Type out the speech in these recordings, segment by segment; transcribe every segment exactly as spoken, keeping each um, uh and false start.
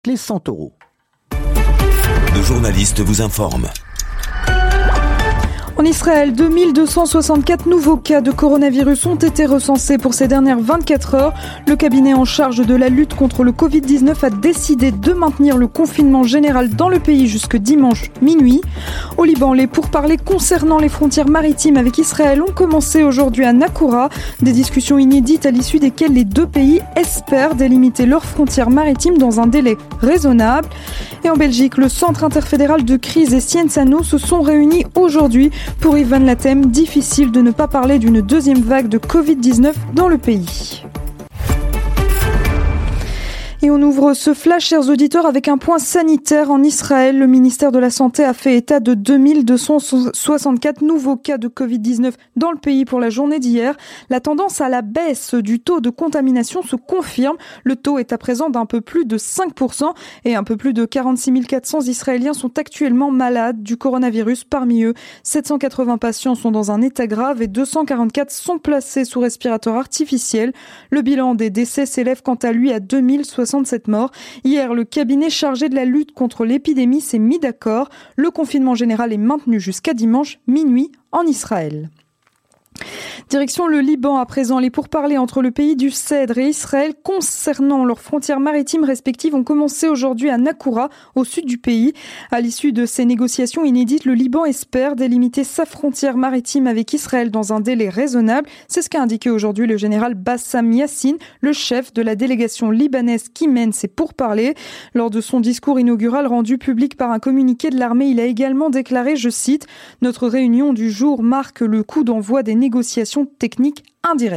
Ashley Santoro. Nos journalistes vous informent. En Israël, deux mille deux cent soixante-quatre nouveaux cas de coronavirus ont été recensés pour ces dernières vingt-quatre heures. Le cabinet en charge de la lutte contre le covid dix-neuf a décidé de maintenir le confinement général dans le pays jusque dimanche minuit. Au Liban, les pourparlers concernant les frontières maritimes avec Israël ont commencé aujourd'hui à Nakoura. Des discussions inédites à l'issue desquelles les deux pays espèrent délimiter leurs frontières maritimes dans un délai raisonnable. Et en Belgique, le Centre interfédéral de crise et Sciences Ano se sont réunis aujourd'hui. Pour Ivan Latem, difficile de ne pas parler d'une deuxième vague de covid dix-neuf dans le pays. Et on ouvre ce flash, chers auditeurs, avec un point sanitaire en Israël. Le ministère de la Santé a fait état de deux mille deux cent soixante-quatre nouveaux cas de covid dix-neuf dans le pays pour la journée d'hier. La tendance à la baisse du taux de contamination se confirme. Le taux est à présent d'un peu plus de cinq pour cent et un peu plus de quarante-six mille quatre cents Israéliens sont actuellement malades du coronavirus. Parmi eux, sept cent quatre-vingts patients sont dans un état grave et deux cent quarante-quatre sont placés sous respirateur artificiel. Le bilan des décès s'élève quant à lui à deux mille soixante-sept morts. Hier, le cabinet chargé de la lutte contre l'épidémie s'est mis d'accord. Le confinement général est maintenu jusqu'à dimanche minuit en Israël. Direction le Liban à présent. Les pourparlers entre le pays du Cèdre et Israël concernant leurs frontières maritimes respectives ont commencé aujourd'hui à Nakoura, au sud du pays. À l'issue de ces négociations inédites, le Liban espère délimiter sa frontière maritime avec Israël dans un délai raisonnable. C'est ce qu'a indiqué aujourd'hui le général Bassam Yassine, le chef de la délégation libanaise qui mène ces pourparlers. Lors de son discours inaugural rendu public par un communiqué de l'armée, il a également déclaré, je cite, « Notre réunion du jour marque le coup d'envoi des négociations techniques indirectes ».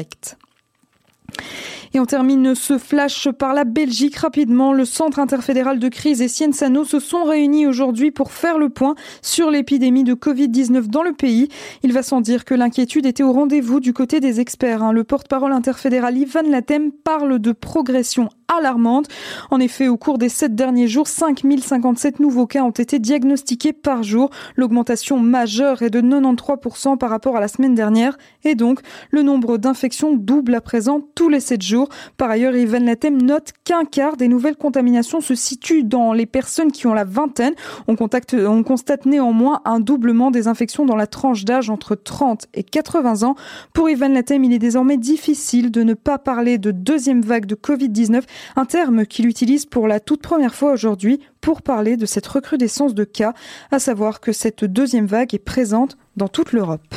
Et on termine ce flash par la Belgique rapidement. Le Centre interfédéral de crise et Sciences Ano se sont réunis aujourd'hui pour faire le point sur l'épidémie de covid dix-neuf dans le pays. Il va sans dire que l'inquiétude était au rendez-vous du côté des experts. Le porte-parole interfédéral Ivan Latem parle de progression alarmante. En effet, au cours des sept derniers jours, cinq mille cinquante-sept nouveaux cas ont été diagnostiqués par jour. L'augmentation majeure est de quatre-vingt-treize pour cent par rapport à la semaine dernière. Et donc, le nombre d'infections double à présent tous les sept jours. Par ailleurs, Ivan Latem note qu'un quart des nouvelles contaminations se situe dans les personnes qui ont la vingtaine. On, contacte, on constate néanmoins un doublement des infections dans la tranche d'âge entre trente et quatre-vingts ans. Pour Ivan Latem, il est désormais difficile de ne pas parler de deuxième vague de covid dix-neuf, un terme qu'il utilise pour la toute première fois aujourd'hui pour parler de cette recrudescence de cas, à savoir que cette deuxième vague est présente dans toute l'Europe.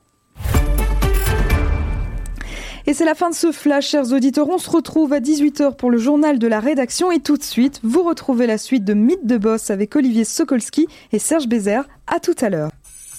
Et c'est la fin de ce flash, chers auditeurs. On se retrouve à dix-huit heures pour le journal de la rédaction et tout de suite, vous retrouvez la suite de Mythe de Boss avec Olivier Sokolski et Serge Bézère. À tout à l'heure.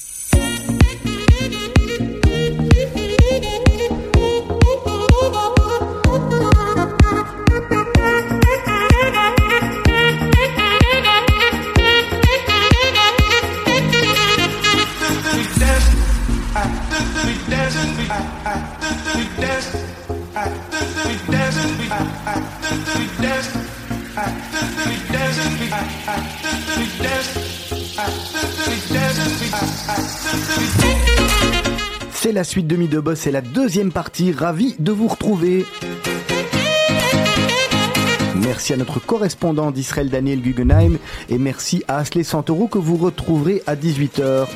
C'est la suite de Mythe de Boss, c'est la deuxième partie. Ravi de vous retrouver. Merci à notre correspondant d'Israël, Daniel Guggenheim, et merci à Ashley Santoro que vous retrouverez à dix-huit heures.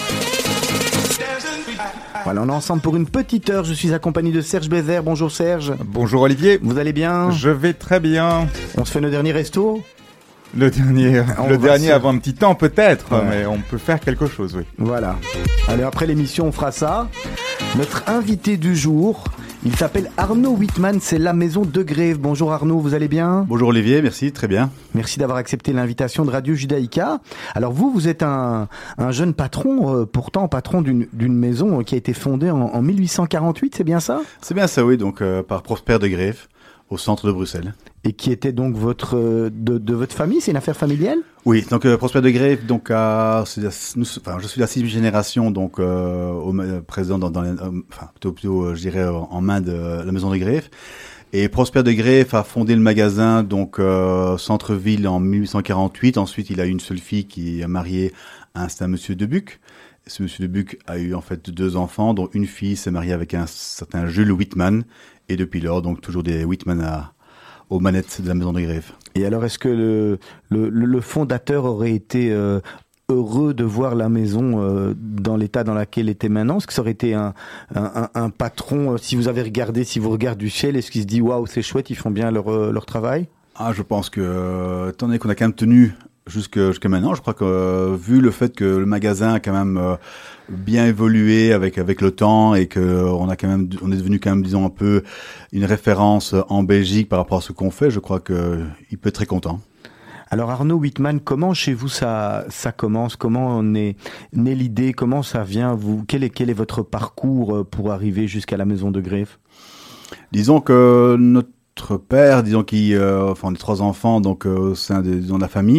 Voilà, on est ensemble pour une petite heure. Je suis accompagné de Serge Bézère. Bonjour Serge. Bonjour Olivier. Vous allez bien? Je vais très bien. On se fait nos derniers restos? Le dernier, on le dernier se... avant un petit temps peut-être, ouais. Mais on peut faire quelque chose, oui. Voilà. Allez, après l'émission, on fera ça. Notre invité du jour, il s'appelle Arnaud Wittmann, c'est la Maison de Grève. Bonjour Arnaud, vous allez bien? Bonjour Olivier, merci, très bien. Merci d'avoir accepté l'invitation de Radio Judaïka. Alors vous, vous êtes un, un jeune patron, euh, pourtant patron d'une, d'une maison qui a été fondée en, en mille huit cent quarante-huit, c'est bien ça? C'est bien ça, oui, donc euh, par Prosper de Grève, au centre de Bruxelles. Et qui était donc votre euh, de, de votre famille, c'est une affaire familiale? Oui, donc euh, Prosper de Grève, donc à, c'est la, nous, enfin, je suis la sixième génération, donc euh, au, euh, présent dans, dans les, euh, enfin plutôt, plutôt euh, je dirais euh, en main de euh, la Maison de Grève. Et Prosper de Grève a fondé le magasin donc euh, centre-ville en mille huit cent quarante-huit. Ensuite, il a eu une seule fille qui est mariée à un certain Monsieur Debuc. Ce Monsieur Debuc a eu en fait deux enfants, dont une fille s'est mariée avec un certain Jules Wittmann. Et depuis lors, donc toujours des Wittmann à aux manettes de la Maison de Grève. Et alors, est-ce que le, le, le fondateur aurait été euh, heureux de voir la maison euh, dans l'état dans lequel elle était maintenant? Est-ce que ça aurait été un, un, un patron, euh, si vous avez regardé, si vous regardez du ciel, est-ce qu'il se dit « Waouh, c'est chouette, ils font bien leur, euh, leur travail » Ah, je pense que, euh, étant donné qu'on a quand même tenu jusque, jusqu'à maintenant, je crois que euh, vu le fait que le magasin a quand même euh, bien évolué avec avec le temps et que euh, on a quand même, on est devenu quand même, disons, un peu une référence en Belgique par rapport à ce qu'on fait, je crois que euh, il peut être très content. Alors Arnaud Wittmann, comment chez vous ça ça commence? Comment on est né l'idée? Comment ça vient? Vous quel est quel est votre parcours pour arriver jusqu'à la maison de greffe? Disons que notre Notre père, disons, qui, euh, enfin, on est trois enfants, donc euh, au sein de, disons, de la famille.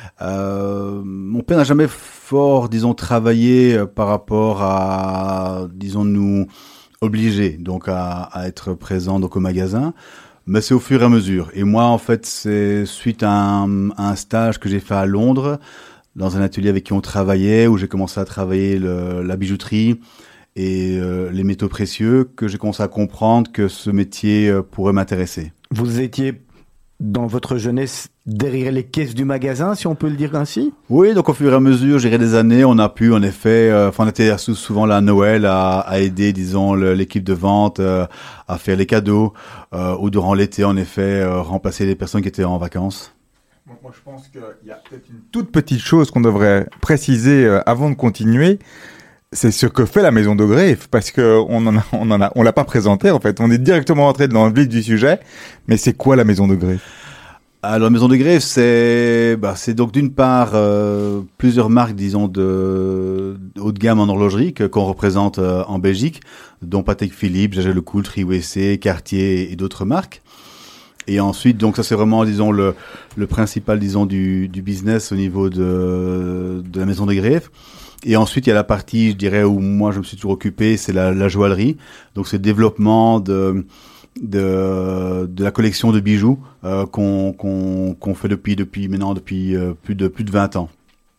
Euh, mon père n'a jamais fort, disons, travaillé euh, par rapport à, disons, nous obliger, donc à, à être présent donc au magasin. Mais c'est au fur et à mesure. Et moi, en fait, c'est suite à un, à un stage que j'ai fait à Londres, dans un atelier avec qui on travaillait, où j'ai commencé à travailler le, la bijouterie et euh, les métaux précieux, que j'ai commencé à comprendre que ce métier euh, pourrait m'intéresser. Vous étiez, dans votre jeunesse, derrière les caisses du magasin, si on peut le dire ainsi? Oui, donc au fur et à mesure, j'irai des années, on a pu, en effet, euh, enfin, on était souvent là à Noël à, à aider, disons, le, l'équipe de vente euh, à faire les cadeaux, euh, ou durant l'été, en effet, euh, remplacer les personnes qui étaient en vacances. Moi, je pense qu'il y a peut-être une toute petite chose qu'on devrait préciser euh, avant de continuer. C'est ce que fait la maison de greffe, parce que on en a, on en a, on l'a pas présenté en fait. On est directement entré dans le vif du sujet. Mais c'est quoi la maison de greffe? Alors, la maison de greffe, c'est, bah, c'est donc d'une part euh, plusieurs marques, disons, de, de haut de gamme en horlogerie que, qu'on représente euh, en Belgique, dont Patek Philippe, Jaeger-LeCoultre, Triwc, Cartier et d'autres marques. Et ensuite, donc ça c'est vraiment, disons, le, le principal, disons, du, du business au niveau de, de la maison de greffe. Et ensuite, il y a la partie, je dirais, où moi je me suis toujours occupé, c'est la, la joaillerie. Donc c'est le développement de, de, de la collection de bijoux euh, qu'on, qu'on, qu'on fait depuis, depuis maintenant, depuis euh, plus de plus de vingt ans.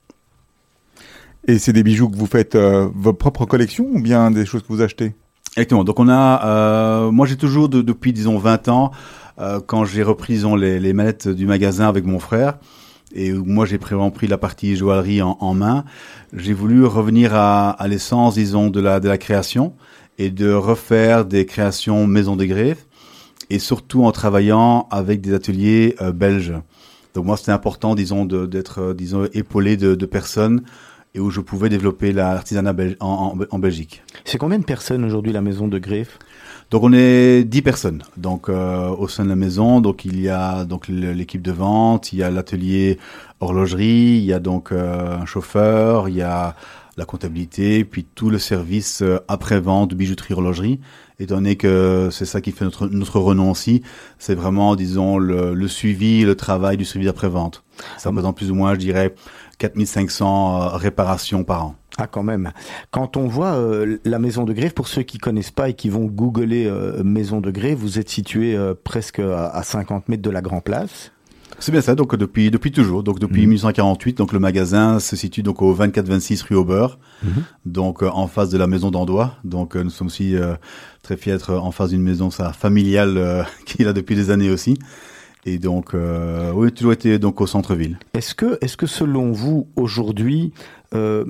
Et c'est des bijoux que vous faites euh, votre propre collection ou bien des choses que vous achetez? Exactement. Donc on a, euh, moi j'ai toujours de, depuis disons vingt ans, euh, quand j'ai repris disons les, les manettes du magasin avec mon frère. Et moi, j'ai vraiment pris la partie joaillerie en, en main. J'ai voulu revenir à, à l'essence, disons, de la, de la création et de refaire des créations maison de greffe et surtout en travaillant avec des ateliers euh, belges. Donc moi, c'était important, disons, de, d'être, euh, disons, épaulé de, de personnes et où je pouvais développer l'artisanat belge, en, en, en Belgique. C'est combien de personnes aujourd'hui la maison de greffe? Donc on est dix personnes donc euh, au sein de la maison. Donc il y a donc l'équipe de vente, il y a l'atelier horlogerie, il y a donc euh, un chauffeur, il y a la comptabilité, puis tout le service euh, après-vente, bijouterie, horlogerie. Étant donné que c'est ça qui fait notre notre renom aussi, c'est vraiment disons le, le suivi, le travail du suivi après-vente. Ça représente plus ou moins, je dirais, quatre mille cinq cents euh, réparations par an. Ah, quand même. Quand on voit euh, la maison de greffe, pour ceux qui connaissent pas et qui vont googler euh, maison de greffe, vous êtes situé euh, presque à, à cinquante mètres de la Grand Place. C'est bien ça, donc depuis depuis toujours, donc depuis mmh. dix-neuf cent quarante-huit, donc le magasin se situe donc au vingt-quatre vingt-six rue Aubert, mmh. donc euh, en face de la maison d'Andois. Donc euh, nous sommes aussi euh, très fiers d'être en face d'une maison ça familiale euh, qui est là depuis des années aussi. Et donc euh, oui, toujours été donc au centre-ville. Est-ce que est-ce que selon vous aujourd'hui euh,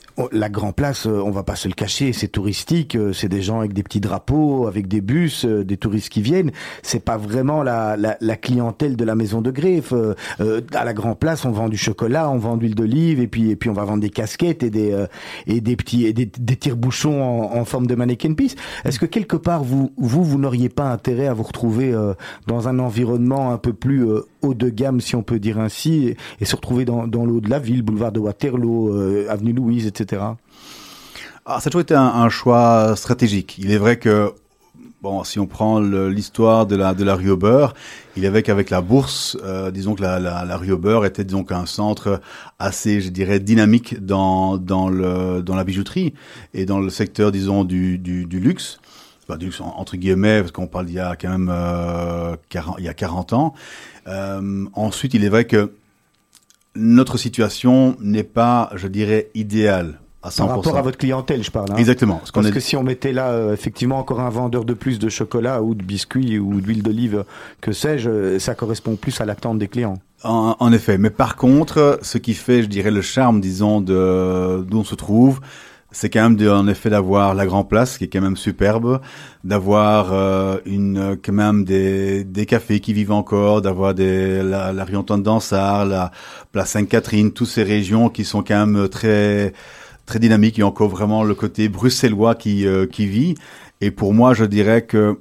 la Grand Place, on va pas se le cacher, c'est touristique, c'est des gens avec des petits drapeaux, avec des bus, des touristes qui viennent. C'est pas vraiment la, la, la clientèle de la maison de greffe. Euh, à la Grand Place, on vend du chocolat, on vend de l'huile d'olive, et puis et puis on va vendre des casquettes et des euh, et des petits et des, des tire-bouchons en, en forme de mannequin piece. Est-ce que quelque part vous vous vous n'auriez pas intérêt à vous retrouver euh, dans un environnement un peu plus euh, haut de gamme, si on peut dire ainsi, et, et se retrouver dans dans l'eau de la ville, boulevard de Waterloo, euh, avenue Louise, et cetera. Ah, ça a toujours été un, un choix stratégique. Il est vrai que, bon, si on prend le, l'histoire de la de la rue Aubert, il est vrai qu'avec la bourse, euh, disons que la, la, la rue Aubert était donc un centre assez, je dirais, dynamique dans dans le dans la bijouterie et dans le secteur, disons, du du, du luxe. Enfin, du luxe entre guillemets, parce qu'on parle d'il y a quand même euh, quarante, il y a quarante ans. Euh, ensuite, il est vrai que notre situation n'est pas, je dirais, idéale à cent pour cent. Par rapport à votre clientèle, je parle. Hein. Exactement. Parce, parce qu'on que est... si on mettait là, euh, effectivement, encore un vendeur de plus de chocolat ou de biscuits ou d'huile d'olive, que sais-je, ça correspond plus à l'attente des clients. En, en effet. Mais par contre, ce qui fait, je dirais, le charme, disons, de d'où on se trouve, c'est quand même de, en effet d'avoir la Grand Place, qui est quand même superbe, d'avoir euh, une quand même des des cafés qui vivent encore, d'avoir des la, la rue Antoine Dansard, la place Sainte-Catherine, toutes ces régions qui sont quand même très très dynamiques. Il y a encore vraiment le côté bruxellois qui euh, qui vit. Et pour moi, je dirais que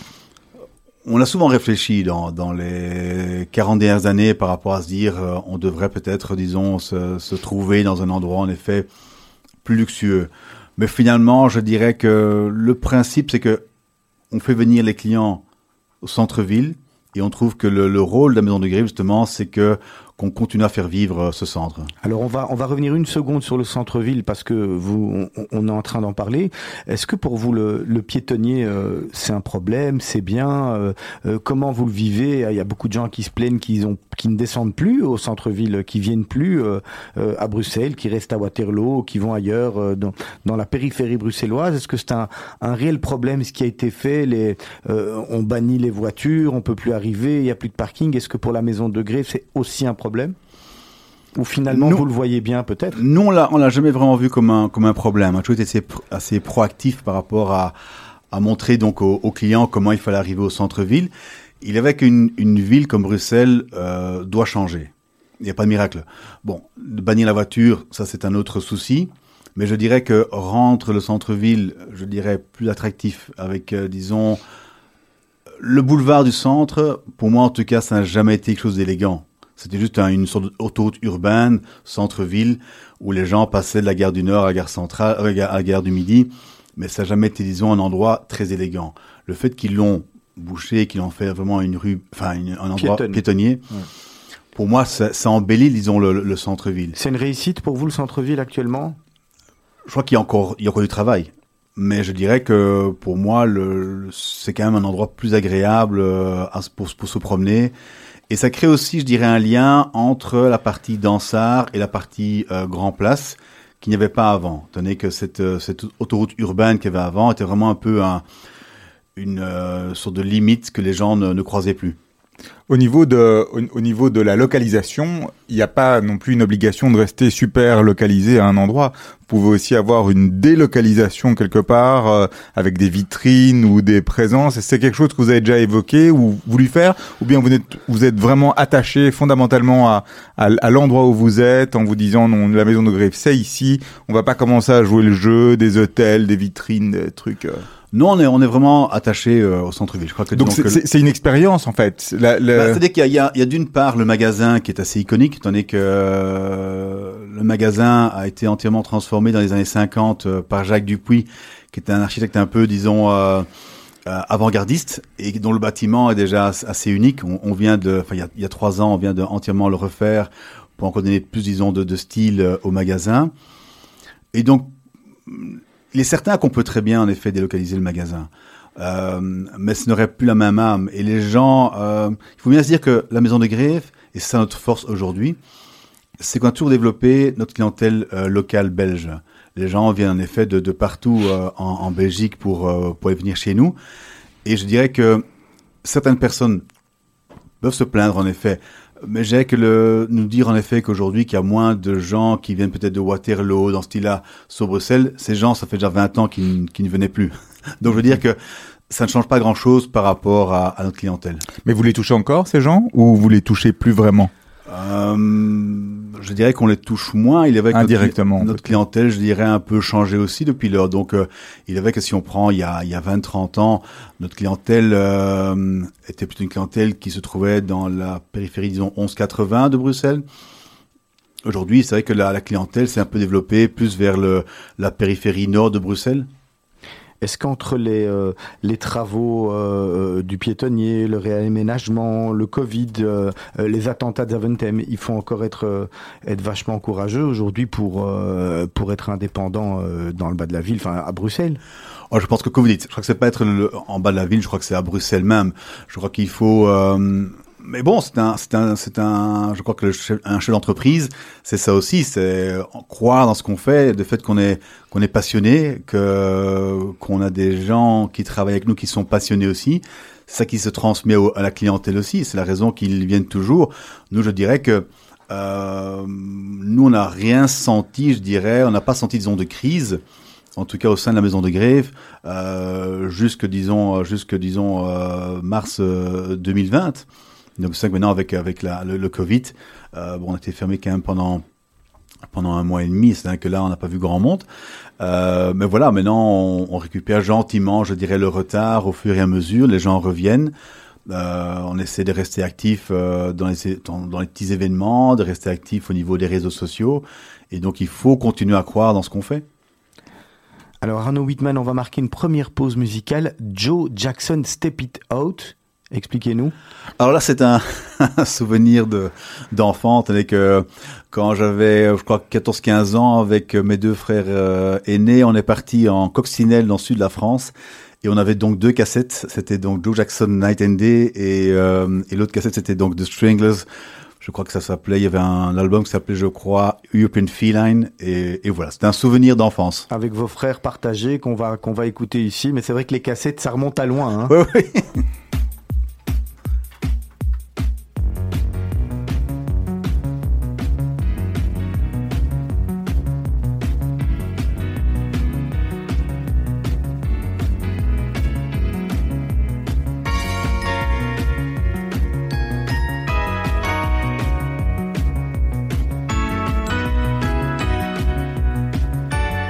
on a souvent réfléchi dans dans les quarante dernières années par rapport à se dire euh, on devrait peut-être, disons, se, se trouver dans un endroit en effet plus luxueux. Mais finalement, je dirais que le principe, c'est que on fait venir les clients au centre-ville et on trouve que le, le rôle de la Maison de Grève, justement, c'est que qu'on continue à faire vivre ce centre. Alors on va on va revenir une seconde sur le centre-ville parce que vous on, on est en train d'en parler. Est-ce que pour vous le, le piétonnier euh, c'est un problème, c'est bien euh, euh, comment vous le vivez? Il y a beaucoup de gens qui se plaignent qu'ils ont qui ne descendent plus au centre-ville, qui viennent plus euh, euh, à Bruxelles, qui restent à Waterloo, qui vont ailleurs euh, dans dans la périphérie bruxelloise. Est-ce que c'est un un réel problème ce qui a été fait? Les euh, on bannit les voitures, on peut plus arriver, il y a plus de parking. Est-ce que pour la Maison de Grève c'est aussi un problème? Ou finalement, nous, vous le voyez bien, peut-être? Nous, on l'a, on l'a jamais vraiment vu comme un, comme un problème. On a toujours été assez, assez proactif par rapport à, à montrer donc aux, aux clients comment il fallait arriver au centre-ville. Il est vrai qu'une une ville comme Bruxelles euh, doit changer. Il n'y a pas de miracle. Bon, bannir la voiture, ça c'est un autre souci. Mais je dirais que rendre le centre-ville, je dirais, plus attractif avec, euh, disons, le boulevard du centre, pour moi en tout cas, ça n'a jamais été quelque chose d'élégant. C'était juste un, une sorte d'autoroute urbaine, centre-ville, où les gens passaient de la gare du Nord à la gare centrale, à la gare du Midi, mais ça n'a jamais été, disons, un endroit très élégant. Le fait qu'ils l'ont bouché, qu'ils l'ont fait vraiment une rue, enfin une, un endroit Piétonne. piétonnier, ouais. Pour moi, ça, ça embellit, disons, le, le centre-ville. C'est une réussite pour vous, le centre-ville, actuellement? Je crois qu'il y a encore, il y a encore du travail. Mais je dirais que, pour moi, le, le, c'est quand même un endroit plus agréable euh, pour, pour se promener. Et ça crée aussi, je dirais, un lien entre la partie Dansard et la partie euh, Grand Place qu'il n'y avait pas avant. Étant donné que cette, euh, cette autoroute urbaine qu'il y avait avant était vraiment un peu un, une euh, sorte de limite que les gens ne, ne croisaient plus. Au niveau de, au, au niveau de la localisation, il n'y a pas non plus une obligation de rester super localisé à un endroit. Vous pouvez aussi avoir une délocalisation quelque part, euh, avec des vitrines ou des présences. C'est quelque chose que vous avez déjà évoqué ou voulu faire, ou bien vous êtes, vous êtes vraiment attaché fondamentalement à, à, à l'endroit où vous êtes, en vous disant non, la Maison de Grève, c'est ici. On va pas commencer à jouer le jeu des hôtels, des vitrines, des trucs. Euh... Non, on est, on est vraiment attaché euh, au centre-ville. Je crois que donc c'est, c'est, c'est une expérience en fait. La, la... Bah, c'est-à-dire qu'il y a, il y a, il y a d'une part le magasin qui est assez iconique, étant donné que euh, le magasin a été entièrement transformé dans les années cinquante euh, par Jacques Dupuis, qui est un architecte un peu, disons, euh, euh, avant-gardiste et dont le bâtiment est déjà assez unique. On, on vient de, enfin il y a, il y a trois ans, on vient de entièrement le refaire pour encore donner plus, disons, de, de style euh, au magasin. Et donc il est certain qu'on peut très bien, en effet, délocaliser le magasin. Euh, mais ce n'aurait plus la même âme. Et les gens... Euh, il faut bien se dire que la Maison de Grève, et c'est ça notre force aujourd'hui, c'est qu'on a toujours développé notre clientèle euh, locale belge. Les gens viennent, en effet, de, de partout euh, en, en Belgique pour, euh, pour aller venir chez nous. Et je dirais que certaines personnes peuvent se plaindre, en effet. Mais j'ai que le, nous dire en effet qu'aujourd'hui qu'il y a moins de gens qui viennent peut-être de Waterloo, dans ce style-là, sur Bruxelles. Ces gens, ça fait déjà vingt ans qu'ils, qu'ils ne venaient plus. Donc je veux dire que ça ne change pas grand-chose par rapport à, à notre clientèle. Mais vous les touchez encore, ces gens, ou vous les touchez plus vraiment? euh, Je dirais qu'on les touche moins. Il est vrai que indirectement, notre, notre clientèle, je dirais, a un peu changé aussi depuis lors. Donc euh, il est vrai que si on prend il y a, il y a vingt trente ans, notre clientèle euh, était plutôt une clientèle qui se trouvait dans la périphérie, disons, onze quatre-vingts de Bruxelles. Aujourd'hui, c'est vrai que la, la clientèle s'est un peu développée plus vers le, la périphérie nord de Bruxelles. Est-ce qu'entre les euh, les travaux euh, du piétonnier, le réaménagement, le Covid, euh, les attentats de Zaventem, il faut encore être euh, être vachement courageux aujourd'hui pour euh, pour être indépendant euh, dans le bas de la ville, enfin à Bruxelles? Oh, je pense que comme vous dites, je crois que c'est pas être le, en bas de la ville, je crois que c'est à Bruxelles même. Je crois qu'il faut euh, mais bon, c'est un, c'est un, c'est un, je crois que le chef, un chef d'entreprise, c'est ça aussi, c'est croire dans ce qu'on fait, le fait qu'on est, qu'on est passionné, que, qu'on a des gens qui travaillent avec nous qui sont passionnés aussi. C'est ça qui se transmet au, à la clientèle aussi. C'est la raison qu'ils viennent toujours. Nous, je dirais que, euh, nous, on n'a rien senti, je dirais, on n'a pas senti, disons, de crise. En tout cas au sein de la maison de greffe, euh, jusque disons, jusque disons euh, mars euh, deux mille vingt. Donc c'est vrai que maintenant avec avec la, le, le Covid, euh, bon, on a été fermé quand même pendant pendant un mois et demi. C'est-à-dire que là on n'a pas vu grand monde. Euh, mais voilà, maintenant on, on récupère gentiment, je dirais, le retard au fur et à mesure. Les gens reviennent. Euh, on essaie de rester actif euh, dans les dans, dans les petits événements, de rester actif au niveau des réseaux sociaux. Et donc il faut continuer à croire dans ce qu'on fait. Alors Arnaud Wittmann, on va marquer une première pause musicale. Joe Jackson, Step It Out. Expliquez-nous. Alors là, c'est un, un souvenir de d'enfant, tandis que quand j'avais, je crois, quatorze quinze ans, avec mes deux frères euh, aînés, on est parti en coccinelle dans le sud de la France. Et on avait donc deux cassettes. C'était donc Joe Jackson, Night and Day, et, euh, et l'autre cassette, c'était donc The Stranglers. Je crois que ça s'appelait, il y avait un album qui s'appelait, je crois, European Feline, et, et voilà, c'était un souvenir d'enfance. Avec vos frères partagés qu'on va, qu'on va écouter ici, mais c'est vrai que les cassettes, ça remonte à loin, hein. Oui, oui.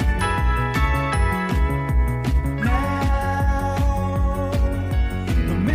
The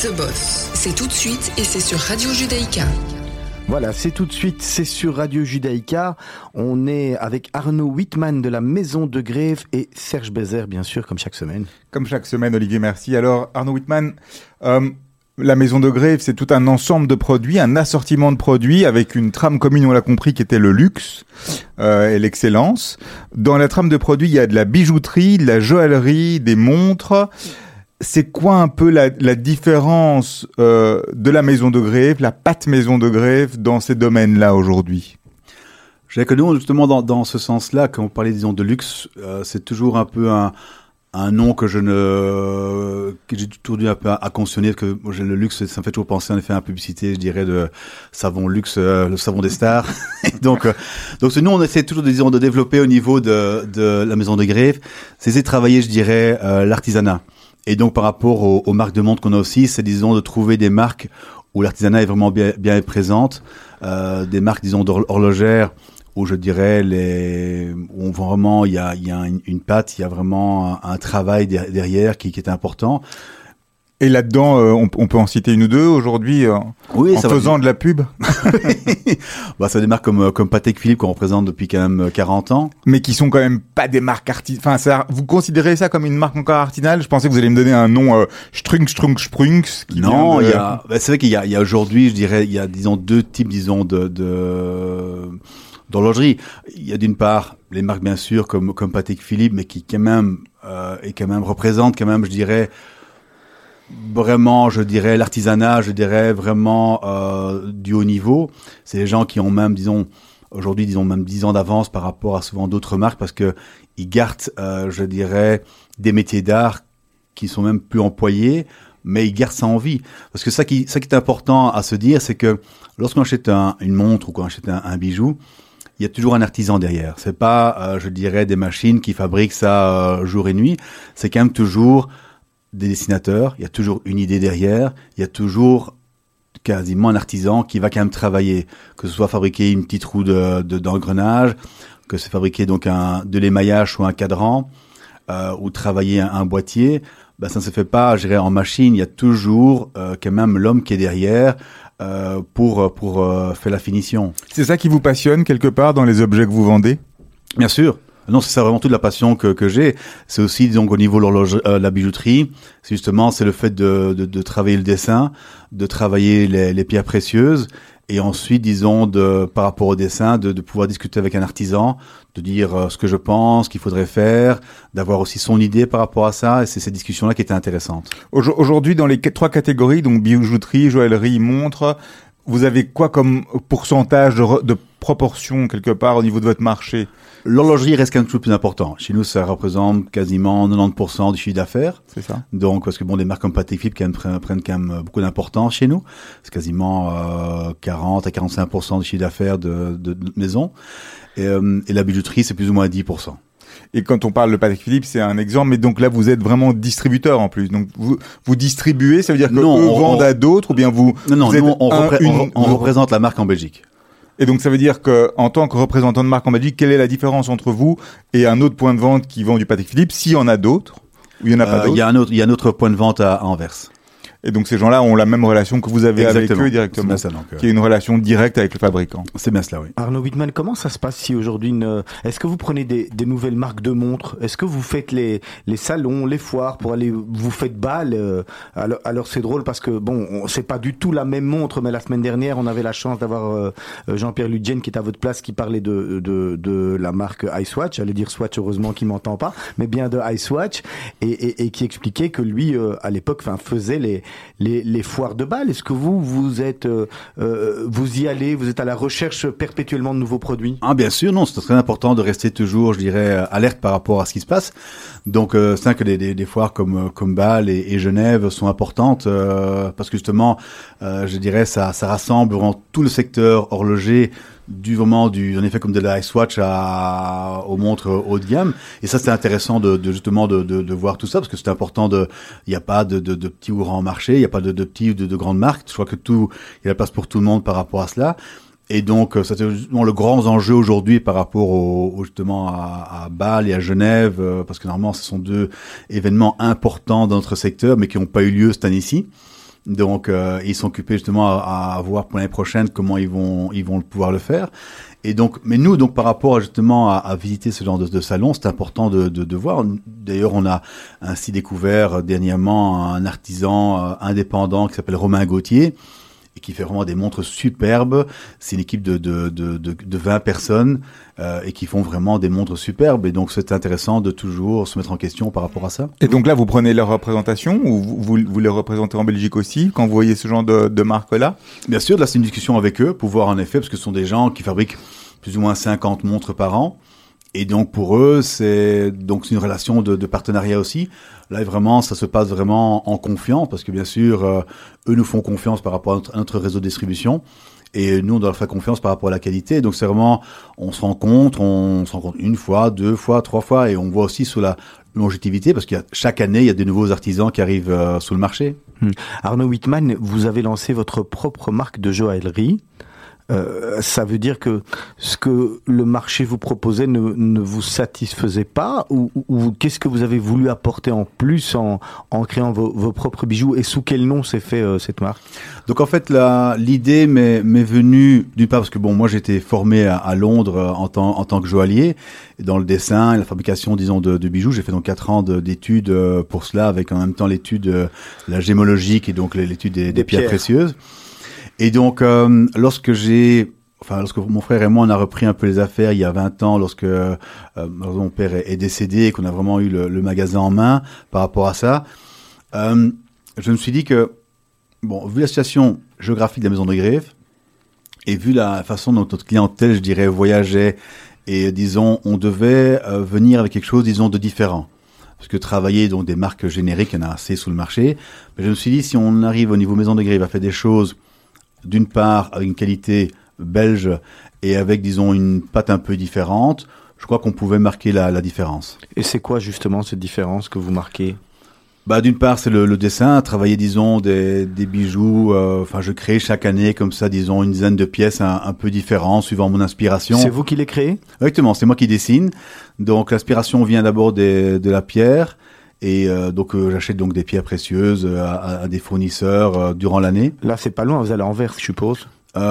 The Boss. C'est tout de suite et c'est sur Radio Judaïka. Voilà, c'est tout de suite, c'est sur Radio Judaïka. On est avec Arnaud Wittmann de la Maison de Grève et Serge Bézère, bien sûr, comme chaque semaine. Comme chaque semaine, Olivier, merci. Alors, Arnaud Wittmann, euh, la Maison de Grève, c'est tout un ensemble de produits, un assortiment de produits avec une trame commune, on l'a compris, qui était le luxe euh, et l'excellence. Dans la trame de produits, il y a de la bijouterie, de la joaillerie, des montres. C'est quoi un peu la, la différence euh, de la Maison de Grève, la patte Maison de Grève dans ces domaines-là aujourd'hui? Je dirais que nous, justement, dans, dans ce sens-là, quand on parlait, disons, de luxe, euh, c'est toujours un peu un, un nom que je ne, que j'ai toujours dû un peu à, à cautionner, que moi, le luxe, ça me fait toujours penser, en effet, à la publicité, je dirais, de savon luxe, euh, le savon des stars. donc, euh, donc, nous, on essaie toujours, disons, de développer au niveau de, de la Maison de Grève, c'est essayer de travailler, je dirais, euh, l'artisanat. Et donc, par rapport aux, aux marques de montres qu'on a aussi, c'est, disons, de trouver des marques où l'artisanat est vraiment bien, bien présente, euh, des marques, disons, d'horlogères où je dirais les, où on voit vraiment, il y a, il y a une, une patte, il y a vraiment un, un travail derrière qui, qui est important. Et là-dedans, euh, on, on peut en citer une ou deux aujourd'hui, euh, oui, en faisant de la pub. Bah, ça des marques comme comme Patek Philippe qu'on représente depuis quand même quarante ans, mais qui sont quand même pas des marques artisanales. Enfin, ça, vous considérez ça comme une marque encore artisanale? Je pensais que vous alliez me donner un nom euh, Strunk Strunk Sprunks. Qui non, de... il y a. Bah, c'est vrai qu'il y a, il y a aujourd'hui, je dirais, il y a disons deux types, disons de de d'horlogerie. Il y a d'une part les marques bien sûr comme comme Patek Philippe, mais qui quand même euh, et quand même représentent quand même, je dirais. Vraiment, je dirais, l'artisanat, je dirais vraiment euh, du haut niveau. C'est les gens qui ont même, disons, aujourd'hui, disons même dix ans d'avance par rapport à souvent d'autres marques parce que ils gardent, euh, je dirais, des métiers d'art qui sont même plus employés, mais ils gardent ça en vie. Parce que ça qui, ça qui est important à se dire, c'est que lorsqu'on achète un, une montre ou qu'on achète un, un bijou, il y a toujours un artisan derrière. C'est pas, euh, je dirais, des machines qui fabriquent ça euh, jour et nuit. C'est quand même toujours des dessinateurs, il y a toujours une idée derrière, il y a toujours quasiment un artisan qui va quand même travailler, que ce soit fabriquer une petite roue de, de, d'engrenage, que c'est fabriquer donc un, de l'émaillage ou un cadran, euh, ou travailler un, un boîtier, ben ça ne se fait pas, je dirais, en machine, il y a toujours euh, quand même l'homme qui est derrière euh, pour, pour euh, faire la finition. C'est ça qui vous passionne quelque part dans les objets que vous vendez? Bien sûr. Non, c'est ça vraiment toute la passion que que j'ai. C'est aussi donc au niveau de l'horloge, euh, la bijouterie. C'est justement c'est le fait de, de de travailler le dessin, de travailler les, les pierres précieuses, et ensuite disons de par rapport au dessin de de pouvoir discuter avec un artisan, de dire euh, ce que je pense qu'il faudrait faire, d'avoir aussi son idée par rapport à ça. Et c'est ces discussions là qui étaient intéressantes. Aujourd'hui, dans les trois catégories, donc bijouterie, joaillerie, montre, vous avez quoi comme pourcentage de, re, de proportion quelque part au niveau de votre marché? L'horlogerie reste quand même toujours plus important. Chez nous, ça représente quasiment quatre-vingt-dix pour cent du chiffre d'affaires. C'est ça. Donc, parce que bon, des marques comme Patek Philippe quand même prennent, prennent quand même beaucoup d'importance chez nous. C'est quasiment euh, quarante à quarante-cinq pour cent du chiffre d'affaires de, de, de notre maison. Et, euh, et la bijouterie, c'est plus ou moins dix pour cent. Et quand on parle de Patek Philippe, c'est un exemple, mais donc là, vous êtes vraiment distributeur en plus. Donc, vous, vous distribuez, ça veut dire que non, eux on, vendent on, à d'autres, ou bien vous, non, non, vous êtes nous, on, un, repré- une, on, on vous... représente la marque en Belgique. Et donc, ça veut dire que, en tant que représentant de marque en Belgique, quelle est la différence entre vous et un autre point de vente qui vend du Patek Philippe, s'il y en a d'autres, ou il y en a pas euh, d'autres? Il y a un autre, il y a un autre point de vente à, à Anvers. Et donc, ces gens-là ont la même relation que vous avez Exactement. avec eux directement. C'est bien ça, donc, euh... qui est une relation directe avec le fabricant. C'est bien cela, oui. Arnaud Wittmann, comment ça se passe si aujourd'hui, une... est-ce que vous prenez des, des nouvelles marques de montres? Est-ce que vous faites les, les salons, les foires pour aller, vous faites bal? euh, alors, alors c'est drôle parce que bon, on, c'est pas du tout la même montre, mais la semaine dernière, on avait la chance d'avoir euh, Jean-Pierre Ludgen qui est à votre place, qui parlait de, de, de la marque Icewatch. J'allais dire Swatch, heureusement qu'il m'entend pas, mais bien de Icewatch, et, et, et qui expliquait que lui, euh, à l'époque, enfin, faisait les, les, les foire de bal. Est-ce que vous, vous êtes, euh, euh, vous y allez, vous êtes à la recherche perpétuellement de nouveaux produits? Ah, bien sûr, non, c'est très important de rester toujours, je dirais, alerte par rapport à ce qui se passe. Donc, euh, c'est vrai que des, des, des foires comme comme Bâle et, et Genève sont importantes euh, parce que justement, euh, je dirais, ça, ça rassemble vraiment tout le secteur horloger. Du moment du, en effet, comme de la Icewatch à, aux montres haut de gamme. Et ça, c'est intéressant de, de justement, de, de, de voir tout ça, parce que c'est important de, il n'y a pas de, de, de petits ou grands marchés, il n'y a pas de, de petits ou de, de grandes marques. Je crois que tout, il y a la place pour tout le monde par rapport à cela. Et donc, ça, c'est justement le grand enjeu aujourd'hui par rapport au, au justement, à, à Bâle et à Genève, parce que normalement, ce sont deux événements importants dans notre secteur, mais qui n'ont pas eu lieu cette année-ci. Donc, euh, ils sont occupés justement à, à voir pour l'année prochaine comment ils vont, ils vont pouvoir le faire. Et donc, mais nous, donc par rapport justement à, à visiter ce genre de, de salon, c'est important de, de, de voir. D'ailleurs, on a ainsi découvert euh, dernièrement un artisan euh, indépendant qui s'appelle Romain Gauthier et qui fait vraiment des montres superbes. C'est une équipe de, de, de, de, de vingt personnes euh, et qui font vraiment des montres superbes. Et donc, c'est intéressant de toujours se mettre en question par rapport à ça. Et donc là, vous prenez leur représentation ou vous, vous, vous les représentez en Belgique aussi quand vous voyez ce genre de, de marque-là? Bien sûr, là, c'est une discussion avec eux pour voir en effet, parce que ce sont des gens qui fabriquent plus ou moins cinquante montres par an. Et donc, pour eux, c'est donc c'est une relation de, de partenariat aussi. Là, vraiment, ça se passe vraiment en confiance, parce que bien sûr, euh, eux nous font confiance par rapport à notre, à notre réseau de distribution. Et nous, on doit leur faire confiance par rapport à la qualité. Donc, c'est vraiment, on se rencontre, on se rencontre une fois, deux fois, trois fois, et on voit aussi sur la longévité, parce qu'il y a, chaque année, il y a des nouveaux artisans qui arrivent euh, sur le marché. Hum. Arnaud Wittmann, vous avez lancé votre propre marque de joaillerie. Euh, ça veut dire que ce que le marché vous proposait ne, ne vous satisfaisait pas ou, ou, ou qu'est-ce que vous avez voulu apporter en plus en, en créant vos, vos propres bijoux et sous quel nom s'est fait euh, cette marque? Donc en fait, la, l'idée m'est, m'est venue d'une part parce que bon, moi j'étais formé à, à Londres en tant, en tant que joaillier et dans le dessin et la fabrication, disons, de, de bijoux. J'ai fait donc quatre ans de, d'études pour cela, avec en même temps l'étude la gémologique et donc l'étude des, des, des pierres, pierres précieuses. Et donc, euh, lorsque j'ai, enfin, lorsque mon frère et moi, on a repris un peu les affaires il y a vingt ans, lorsque euh, mon père est, est décédé et qu'on a vraiment eu le, le magasin en main par rapport à ça, euh, je me suis dit que, bon, vu la situation géographique de la maison de greffe et vu la façon dont notre clientèle, je dirais, voyageait et, disons, on devait euh, venir avec quelque chose, disons, de différent. Parce que travailler donc des marques génériques, il y en a assez sous le marché. Mais je me suis dit, si on arrive au niveau maison de greffe à faire des choses d'une part avec une qualité belge et avec, disons, une pâte un peu différente, je crois qu'on pouvait marquer la, la différence. Et c'est quoi justement cette différence que vous marquez? Bah, d'une part, c'est le, le dessin, travailler, disons, des, des bijoux. Enfin, euh, je crée chaque année, comme ça, disons, une dizaine de pièces un, un peu différentes, suivant mon inspiration. C'est vous qui les créez? Exactement, c'est moi qui dessine. Donc, l'inspiration vient d'abord des, de la pierre. Et euh, donc euh, j'achète donc des pierres précieuses euh, à, à des fournisseurs euh, durant l'année. Là, c'est pas loin, vous allez à Anvers, je suppose.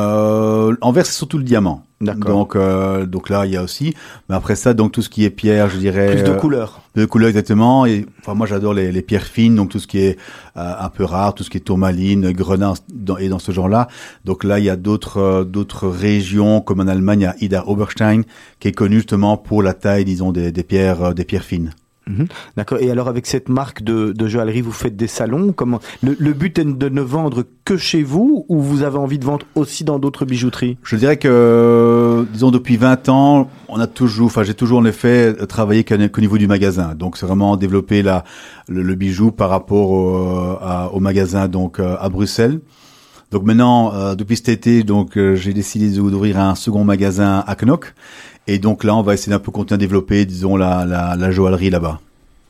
Euh, Anvers, c'est surtout le diamant. D'accord. Donc euh, donc là, il y a aussi. Mais après ça, donc tout ce qui est pierre, je dirais. Plus de euh, couleurs. De couleurs exactement. Et enfin moi, j'adore les, les pierres fines, donc tout ce qui est euh, un peu rare, tout ce qui est tourmaline, grenat dans, et dans ce genre-là. Donc là, il y a d'autres euh, d'autres régions comme en Allemagne, il y a Ida Oberstein qui est connue justement pour la taille, disons, des, des pierres euh, des pierres fines. Mmh. D'accord. Et alors avec cette marque de, de joaillerie, vous faites des salons? Comment le, le but est de ne vendre que chez vous ou vous avez envie de vendre aussi dans d'autres bijouteries? Je dirais que, disons, depuis vingt ans, on a toujours, enfin, j'ai toujours en effet travaillé qu'au niveau du magasin. Donc, c'est vraiment développer la, le, le bijou par rapport au, à, au magasin, donc, à Bruxelles. Donc maintenant, euh, depuis cet été, donc, euh, j'ai décidé d'ouvrir un second magasin à Knock. Et donc là, on va essayer d'un peu continuer à développer, disons, la, la, la joaillerie là-bas.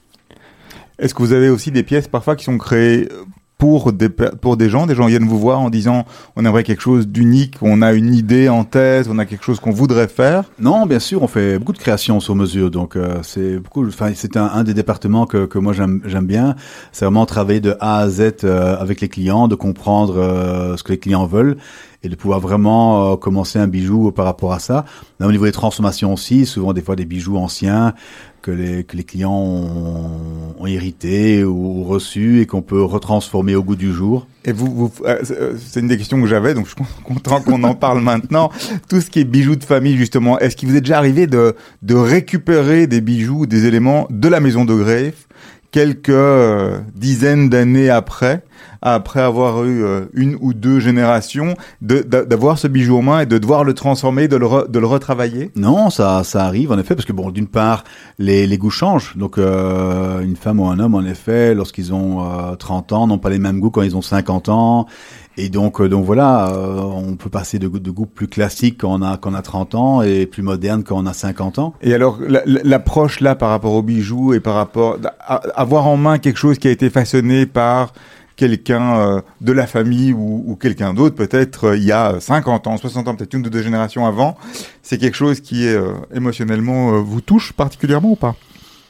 Est-ce que vous avez aussi des pièces parfois qui sont créées pour des, pour des gens? Des gens viennent vous voir en disant on aimerait quelque chose d'unique, on a une idée en tête, on a quelque chose qu'on voudrait faire? Non, bien sûr, on fait beaucoup de créations sur mesure. Donc euh, c'est beaucoup. Enfin, c'est un, un des départements que, que moi j'aime, j'aime bien. C'est vraiment travailler de A à Z euh, avec les clients, de comprendre euh, ce que les clients veulent et de pouvoir vraiment euh, commencer un bijou par rapport à ça. Là, au niveau des transformations aussi, souvent des fois des bijoux anciens que les, que les clients ont, ont hérité ou reçu et qu'on peut retransformer au goût du jour. Et vous, vous euh, c'est une des questions que j'avais, donc je suis content qu'on en parle maintenant. Tout ce qui est bijoux de famille, justement, est-ce qu'il vous est déjà arrivé de, de récupérer des bijoux, des éléments de la maison de greffe quelques euh, dizaines d'années après, après avoir eu euh, une ou deux générations, de, d'avoir ce bijou en main et de devoir le transformer, de le, re, de le retravailler? Non, ça, ça arrive en effet, parce que bon, d'une part, les, les goûts changent. Donc, euh, une femme ou un homme, en effet, lorsqu'ils ont euh, trente ans, n'ont pas les mêmes goûts quand ils ont cinquante ans. Et donc, euh, donc voilà, euh, on peut passer de, de goûts plus classiques quand on a quand on a trente ans et plus modernes quand on a cinquante ans. Et alors, la, l'approche là par rapport aux bijoux et par rapport à avoir en main quelque chose qui a été façonné par quelqu'un euh, de la famille ou, ou quelqu'un d'autre, peut-être euh, il y a cinquante ans, soixante ans, peut-être une ou deux générations avant, c'est quelque chose qui est euh, émotionnellement euh, vous touche particulièrement ou pas?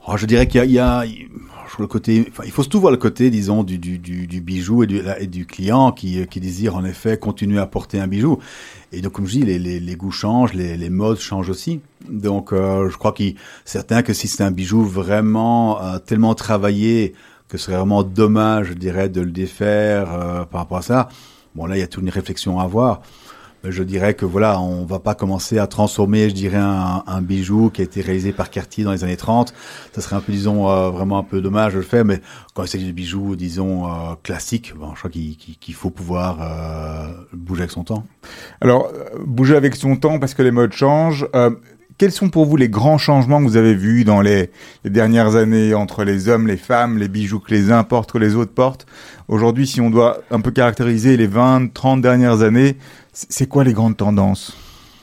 Oh, je dirais qu'il y a, il y a je le côté, enfin, il faut surtout voir le côté, disons, du, du, du, du bijou et du, et du client qui, qui désire en effet continuer à porter un bijou. Et donc, comme je dis, les, les, les goûts changent, les, les modes changent aussi. Donc, euh, je crois qu'il est certain que si c'est un bijou vraiment euh, tellement travaillé que ce serait vraiment dommage, je dirais, de le défaire euh, par rapport à ça. Bon, là, il y a toute une réflexion à avoir. Je dirais que voilà, on va pas commencer à transformer, je dirais, un, un bijou qui a été réalisé par Cartier dans les années trente. Ça serait un peu, disons, euh, vraiment un peu dommage de le faire, mais quand il s'agit de bijoux, disons, euh, classiques, bon, je crois qu'il, qu'il faut pouvoir euh, bouger avec son temps. Alors, euh, bouger avec son temps parce que les modes changent. Euh, quels sont pour vous les grands changements que vous avez vus dans les, les dernières années entre les hommes, les femmes, les bijoux que les uns portent, que les autres portent? Aujourd'hui, si on doit un peu caractériser les vingt, trente dernières années, c'est quoi les grandes tendances?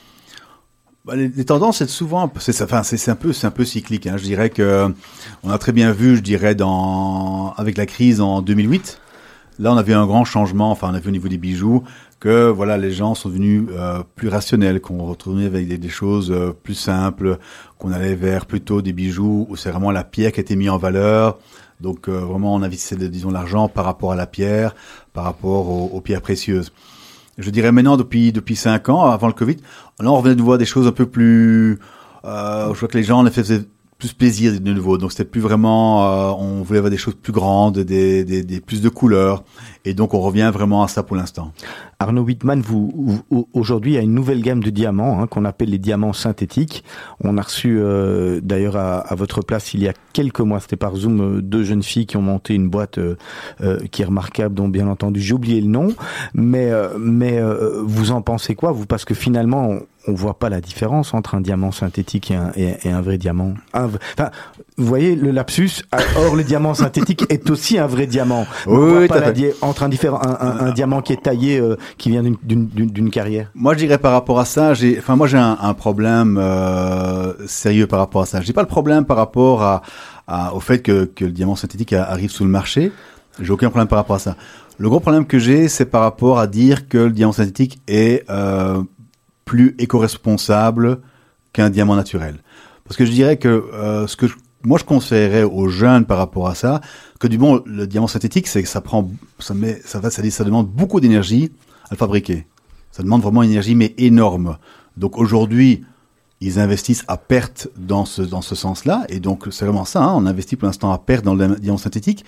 Bah, les, les tendances, c'est souvent, c'est, enfin, c'est, c'est un peu, c'est un peu cyclique. Hein. Je dirais que on a très bien vu, je dirais, dans avec la crise en deux mille huit. Là, on a vu un grand changement. Enfin, on a vu au niveau des bijoux que voilà, les gens sont devenus euh, plus rationnels, qu'on retournait avec des, des choses euh, plus simples, qu'on allait vers plutôt des bijoux où c'est vraiment la pierre qui a été mise en valeur. Donc euh, vraiment, on investissait, disons, l'argent par rapport à la pierre, par rapport aux, aux pierres précieuses. Je dirais maintenant, depuis depuis cinq ans, avant le Covid, là, on revenait de voir des choses un peu plus... Euh, je vois que les gens, en effet, faisaient plus plaisir de nouveau. Donc, c'était plus vraiment... Euh, on voulait avoir des choses plus grandes, des, des, des plus de couleurs. Et donc, on revient vraiment à ça pour l'instant. Arnaud Wittmann, vous, vous aujourd'hui, il y a une nouvelle gamme de diamants hein, qu'on appelle les diamants synthétiques. On a reçu, euh, d'ailleurs, à, à votre place, il y a quelques mois, c'était par Zoom, deux jeunes filles qui ont monté une boîte euh, euh, qui est remarquable, dont bien entendu, j'ai oublié le nom. Mais, euh, mais euh, vous en pensez quoi, vous? Parce que finalement, on, on voit pas la différence entre un diamant synthétique et un, et, et un vrai diamant. Un, enfin, vous voyez le lapsus. Or, le diamant synthétique est aussi un vrai diamant. Oui, on voit oui, pas la fait. di- entre un, différent, un, un, un diamant qui est taillé, euh, qui vient d'une, d'une, d'une, d'une carrière. Moi, je dirais par rapport à ça, j'ai, enfin, moi, j'ai un, un problème euh, sérieux par rapport à ça. J'ai pas le problème par rapport à, à au fait que, que le diamant synthétique arrive sur le marché. J'ai aucun problème par rapport à ça. Le gros problème que j'ai, c'est par rapport à dire que le diamant synthétique est euh, plus éco-responsable qu'un diamant naturel. Parce que je dirais que euh, ce que je, moi je conseillerais aux jeunes par rapport à ça, que du bon, le diamant synthétique, c'est que ça prend, ça met, ça va, ça, ça demande beaucoup d'énergie à le fabriquer. Ça demande vraiment une énergie, mais énorme. Donc aujourd'hui, ils investissent à perte dans ce dans ce sens-là, et donc c'est vraiment ça. Hein, on investit pour l'instant à perte dans le diamant synthétique.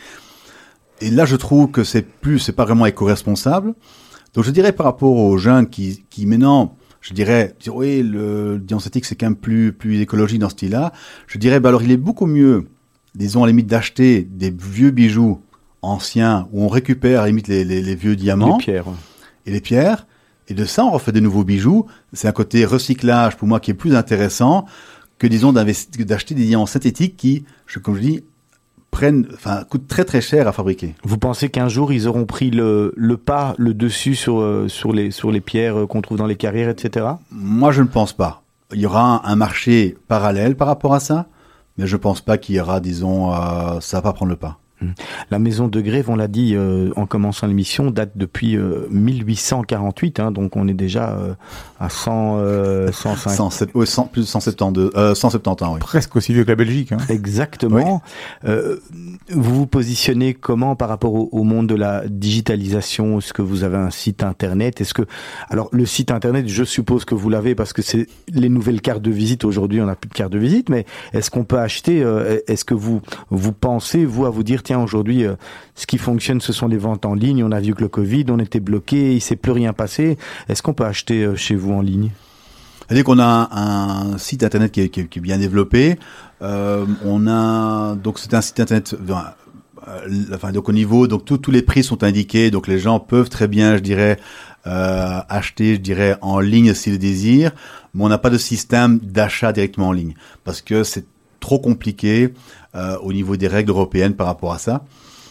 Et là, je trouve que c'est plus, c'est pas vraiment éco-responsable. Donc je dirais par rapport aux jeunes qui qui maintenant, je dirais, dire, oui, le diamant synthétique c'est quand même plus plus écologique dans ce style-là. Je dirais, bah alors il est beaucoup mieux, disons à la limite d'acheter des vieux bijoux anciens où on récupère à la limite les les, les vieux diamants, Les pierres. et les pierres. Et de ça, on refait des nouveaux bijoux. C'est un côté recyclage, pour moi, qui est plus intéressant que, disons, d'acheter des diamants synthétiques qui, je, comme je dis, prennent, enfin, coûtent très très cher à fabriquer. Vous pensez qu'un jour, ils auront pris le, le pas, le dessus sur, euh, sur, les, sur les pierres qu'on trouve dans les carrières, et cetera? Moi, je ne pense pas. Il y aura un, un marché parallèle par rapport à ça, mais je ne pense pas qu'il y aura, disons, euh, ça va pas prendre le pas. La maison de Grève, on l'a dit euh, en commençant l'émission, date depuis euh, mille huit cent quarante-huit, hein, donc on est déjà euh, à cent, euh, cent cinq. cent sept, ouais, cent, plus de cent soixante-douze, euh, cent soixante-dix ans, oui. Presque aussi vieux que la Belgique. Hein. Exactement. Oui. Euh, vous vous positionnez comment par rapport au, au monde de la digitalisation? Est-ce que vous avez un site internet? Est-ce que, alors le site internet, je suppose que vous l'avez parce que c'est les nouvelles cartes de visite. Aujourd'hui, on n'a plus de carte de visite, mais est-ce qu'on peut acheter? euh, Est-ce que vous vous pensez vous à vous dire tiens, aujourd'hui, euh, ce qui fonctionne, ce sont les ventes en ligne. On a vu que le Covid, on était bloqué, il s'est plus rien passé. Est-ce qu'on peut acheter euh, chez vous en ligne? C'est-à-dire qu'on a un, un site internet qui est, qui est, qui est bien développé. Euh, on a donc c'est un site internet. Enfin, euh, enfin donc au niveau donc tous tous les prix sont indiqués. Donc les gens peuvent très bien, je dirais, euh, acheter, je dirais, en ligne s'ils le désirent. Mais on n'a pas de système d'achat directement en ligne parce que c'est trop compliqué euh, au niveau des règles européennes par rapport à ça.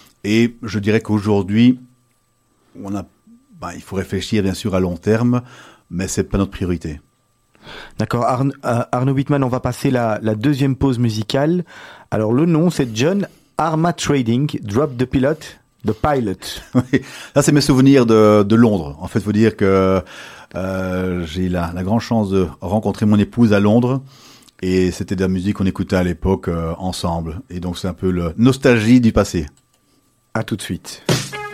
Et je dirais qu'aujourd'hui, on a, ben, il faut réfléchir bien sûr à long terme, mais c'est pas notre priorité. D'accord. Arn- euh, Arnaud Wittmann, on va passer la, la deuxième pause musicale. Alors le nom, c'est John Arma Trading, Drop the Pilot, The Pilot. Oui, ça c'est mes souvenirs de, de Londres. En fait, il faut dire que euh, j'ai la, la grande chance de rencontrer mon épouse à Londres. Et c'était de la musique qu'on écoutait à l'époque euh, ensemble. Et donc c'est un peu le nostalgie du passé. À tout de suite.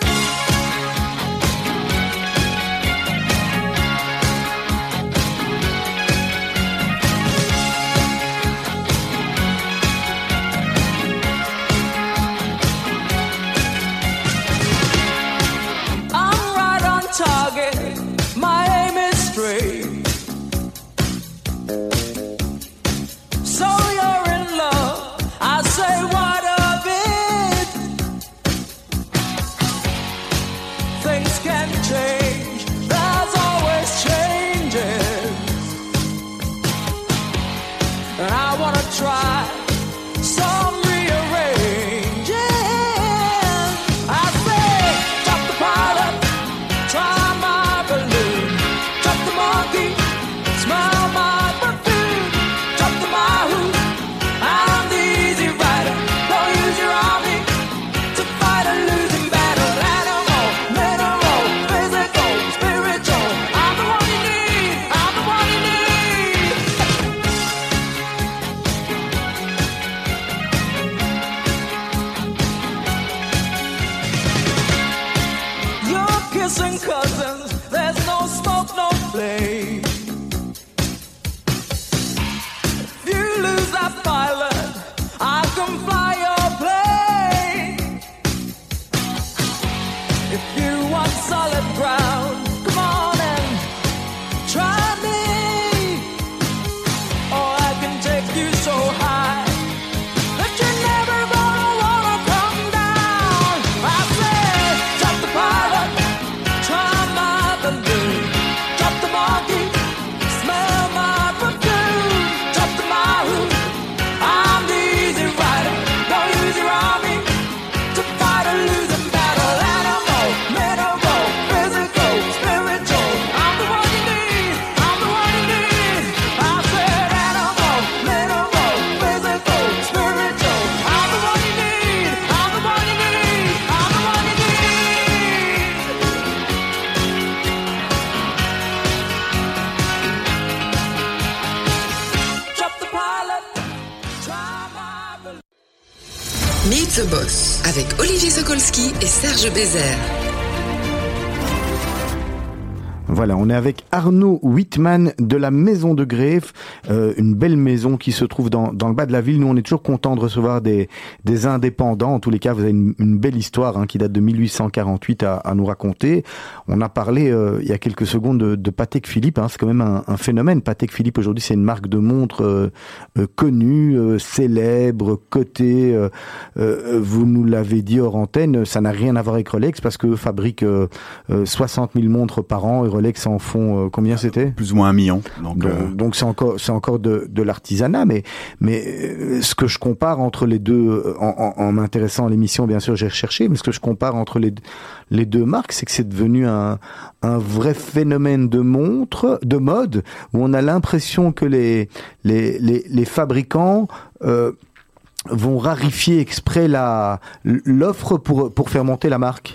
Meet the Boss avec Olivier Sokolski et Serge Bézère. Voilà, on est avec Arnaud Wittmann de la Maison de Greef, euh, une belle maison qui se trouve dans, dans le bas de la ville. Nous, on est toujours contents de recevoir des, des indépendants. En tous les cas, vous avez une, une belle histoire hein, qui date de mille huit cent quarante-huit à, à nous raconter. On a parlé euh, il y a quelques secondes de, de Patek Philippe. Hein, c'est quand même un, un phénomène. Patek Philippe, aujourd'hui, c'est une marque de montre euh, euh, connue, euh, célèbre, cotée. Euh, euh, vous nous l'avez dit hors antenne, ça n'a rien à voir avec Rolex parce qu'eux fabriquent euh, euh, soixante mille montres par an et Rolex en font euh, combien c'était ? Plus ou moins un million. Donc, donc, euh... donc c'est encore c'est encore de, de l'artisanat, mais mais euh, ce que je compare entre les deux, en, en, en m'intéressant à l'émission, bien sûr, j'ai recherché, mais ce que je compare entre les les deux marques, c'est que c'est devenu un un vrai phénomène de montre, de mode, où on a l'impression que les les les, les fabricants euh, vont rarifier exprès la l'offre pour pour faire monter la marque.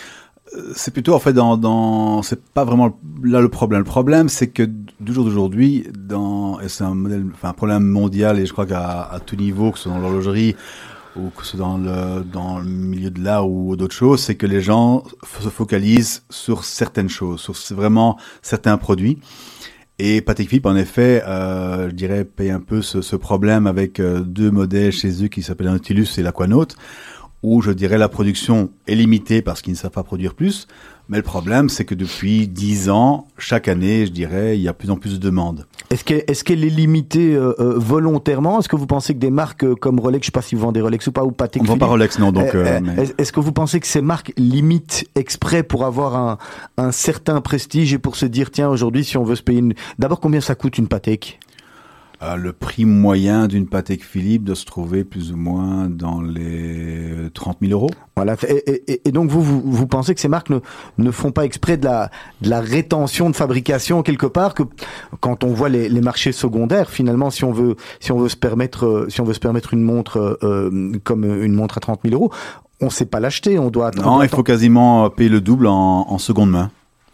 C'est plutôt en fait dans, dans c'est pas vraiment là le problème. Le problème c'est que du jour d'aujourd'hui, dans et c'est un modèle, enfin un problème mondial et je crois qu'à à tout niveau, que ce soit dans l'horlogerie ou que ce soit dans le dans le milieu de l'art ou d'autres choses, c'est que les gens f- se focalisent sur certaines choses, sur vraiment certains produits. Et Patek Philippe, en effet, euh, je dirais, paye un peu ce, ce problème avec euh, deux modèles chez eux qui s'appellent la Nautilus et l'Aquanaut, où je dirais la production est limitée parce qu'ils ne savent pas produire plus. Mais le problème, c'est que depuis dix ans, chaque année, je dirais, il y a de plus en plus de demandes. Est-ce qu'elle, est-ce qu'elle est limitée euh, euh, volontairement ? Est-ce que vous pensez que des marques euh, comme Rolex, je sais pas si vous vendez Rolex ou pas, ou Patek On ne vend Philippe, pas Rolex, non. Donc, euh, euh, euh, mais... est-ce, est-ce que vous pensez que ces marques limitent exprès pour avoir un, un certain prestige et pour se dire, tiens, aujourd'hui, si on veut se payer une... D'abord, combien ça coûte une Patek ? Euh, le prix moyen d'une Patek Philippe doit se trouver plus ou moins dans les trente mille euros. Voilà. Et, et, et donc vous, vous, vous pensez que ces marques ne, ne font pas exprès de la, de la rétention de fabrication quelque part, que quand on voit les, les marchés secondaires, finalement, si on veut, si on veut se permettre, si on veut se permettre une montre euh, comme une montre à trente mille euros, on ne sait pas l'acheter. On doit. Non, on doit il faut quasiment payer le double en, en seconde main.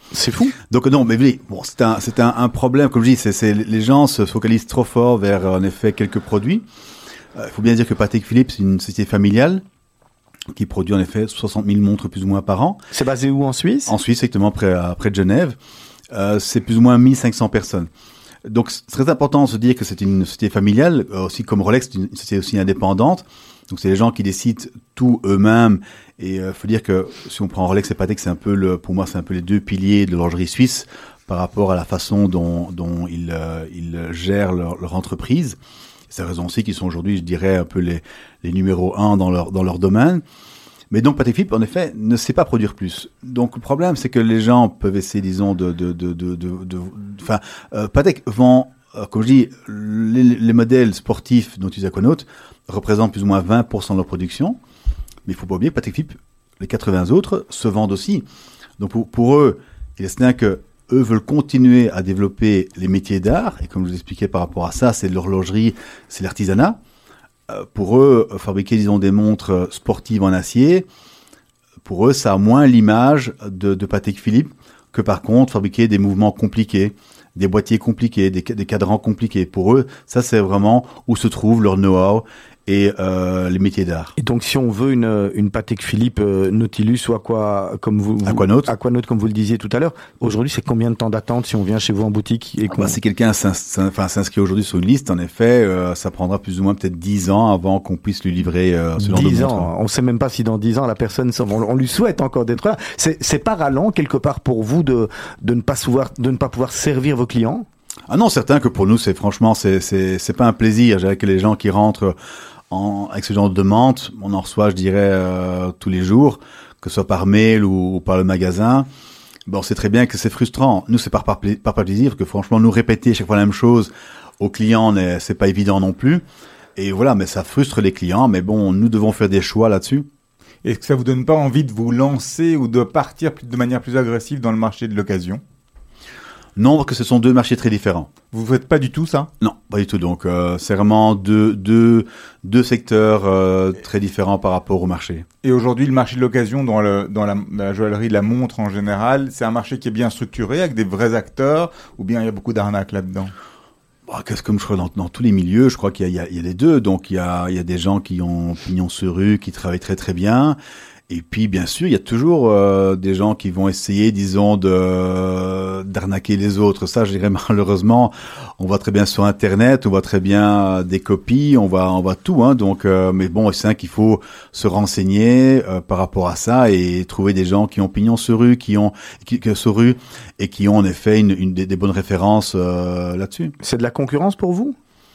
C'est fou. Donc non, mais oui, bon, c'est un, c'est un, un problème, comme je dis, c'est, c'est, les gens se focalisent trop fort vers, en effet, quelques produits. Il euh, faut bien dire que Patek Philippe, c'est une société familiale qui produit, en effet, soixante mille montres plus ou moins par an. C'est basé où, en Suisse? En Suisse, exactement, près, près de Genève. Euh, c'est plus ou moins mille cinq cents personnes. Donc, c'est très important de se dire que c'est une société familiale, aussi comme Rolex, c'est une société aussi indépendante. Donc, c'est les gens qui décident tout eux-mêmes. Et il euh, faut dire que si on prend Rolex et Patek, c'est un peu le, pour moi, c'est un peu les deux piliers de l'horlogerie suisse par rapport à la façon dont, dont ils, euh, ils gèrent leur, leur entreprise. C'est la raison aussi qu'ils sont aujourd'hui, je dirais, un peu les, les numéros un dans leur, dans leur domaine. Mais donc, Patek Philippe, en effet, ne sait pas produire plus. Donc, le problème, c'est que les gens peuvent essayer, disons, de, de, de, de, de, de enfin, euh, Patek vend, euh, comme je dis, les, les modèles sportifs dont ils Aquanaut représentent plus ou moins vingt pour cent de leur production. Mais il faut pas oublier que Patek Philippe, les quatre-vingts autres, se vendent aussi. Donc, pour, pour eux, il est certain que eux veulent continuer à développer les métiers d'art. Et comme je vous expliquais par rapport à ça, c'est l'horlogerie, c'est l'artisanat. Euh, pour eux, fabriquer, disons, des montres sportives en acier, pour eux, ça a moins l'image de, de Patek Philippe que par contre, fabriquer des mouvements compliqués, des boîtiers compliqués, des, des cadrans compliqués. Pour eux, ça, c'est vraiment où se trouve leur know-how et euh, les métiers d'art. Et donc, si on veut une, une Patek Philippe euh, Nautilus ou Aqua, comme vous, vous Aquanaut. Aquanaut, comme vous le disiez tout à l'heure, aujourd'hui, c'est combien de temps d'attente si on vient chez vous en boutique et ah bah, si quelqu'un s'ins, enfin, s'inscrit aujourd'hui sur une liste, en effet, euh, ça prendra plus ou moins peut-être dix ans avant qu'on puisse lui livrer euh, ce genre de montre. dix ans. On ne sait même pas si dans dix ans, la personne, on, on lui souhaite encore d'être là. C'est, c'est pas ralent, quelque part, pour vous de, de ne pas pouvoir, de ne pas pouvoir servir vos clients? Ah non, certain que pour nous, c'est franchement, c'est, c'est, c'est pas un plaisir. Je dirais que les gens qui rentrent En, avec ce genre de demande, on en reçoit, je dirais, euh, tous les jours, que ce soit par mail ou, ou par le magasin. Bon, on sait très bien que c'est frustrant. Nous, c'est par, par, par, par plaisir, que franchement, nous répéter chaque fois la même chose aux clients, c'est pas évident non plus. Et voilà, mais ça frustre les clients. Mais bon, nous devons faire des choix là-dessus. Est-ce que ça vous donne pas envie de vous lancer ou de partir de manière plus agressive dans le marché de l'occasion? Non, parce que ce sont deux marchés très différents. Vous faites pas du tout ça? Non, pas du tout. Donc, euh, c'est vraiment deux, deux, deux secteurs euh, très différents par rapport au marché. Et aujourd'hui, le marché de l'occasion dans, le, dans la, la joaillerie, la montre en général, c'est un marché qui est bien structuré avec des vrais acteurs, ou bien il y a beaucoup d'arnaques là-dedans? Bah, qu'est-ce que je crois dans, dans tous les milieux, je crois qu'il y a, il y a, il y a les deux. Donc, il y a, il y a des gens qui ont pignon sur rue, qui travaillent très très bien. Et puis, bien sûr, il y a toujours euh, des gens qui vont essayer, disons, de d'arnaquer les autres. Ça, je dirais malheureusement, on voit très bien sur Internet, on voit très bien des copies, on voit, on voit tout. Hein, donc, euh, mais bon, c'est vrai qu'il faut se renseigner euh, par rapport à ça et trouver des gens qui ont pignon sur rue, qui ont qui, qui, sur rue et qui ont en effet une, une des, des bonnes références euh, là-dessus. C'est de la concurrence pour vous?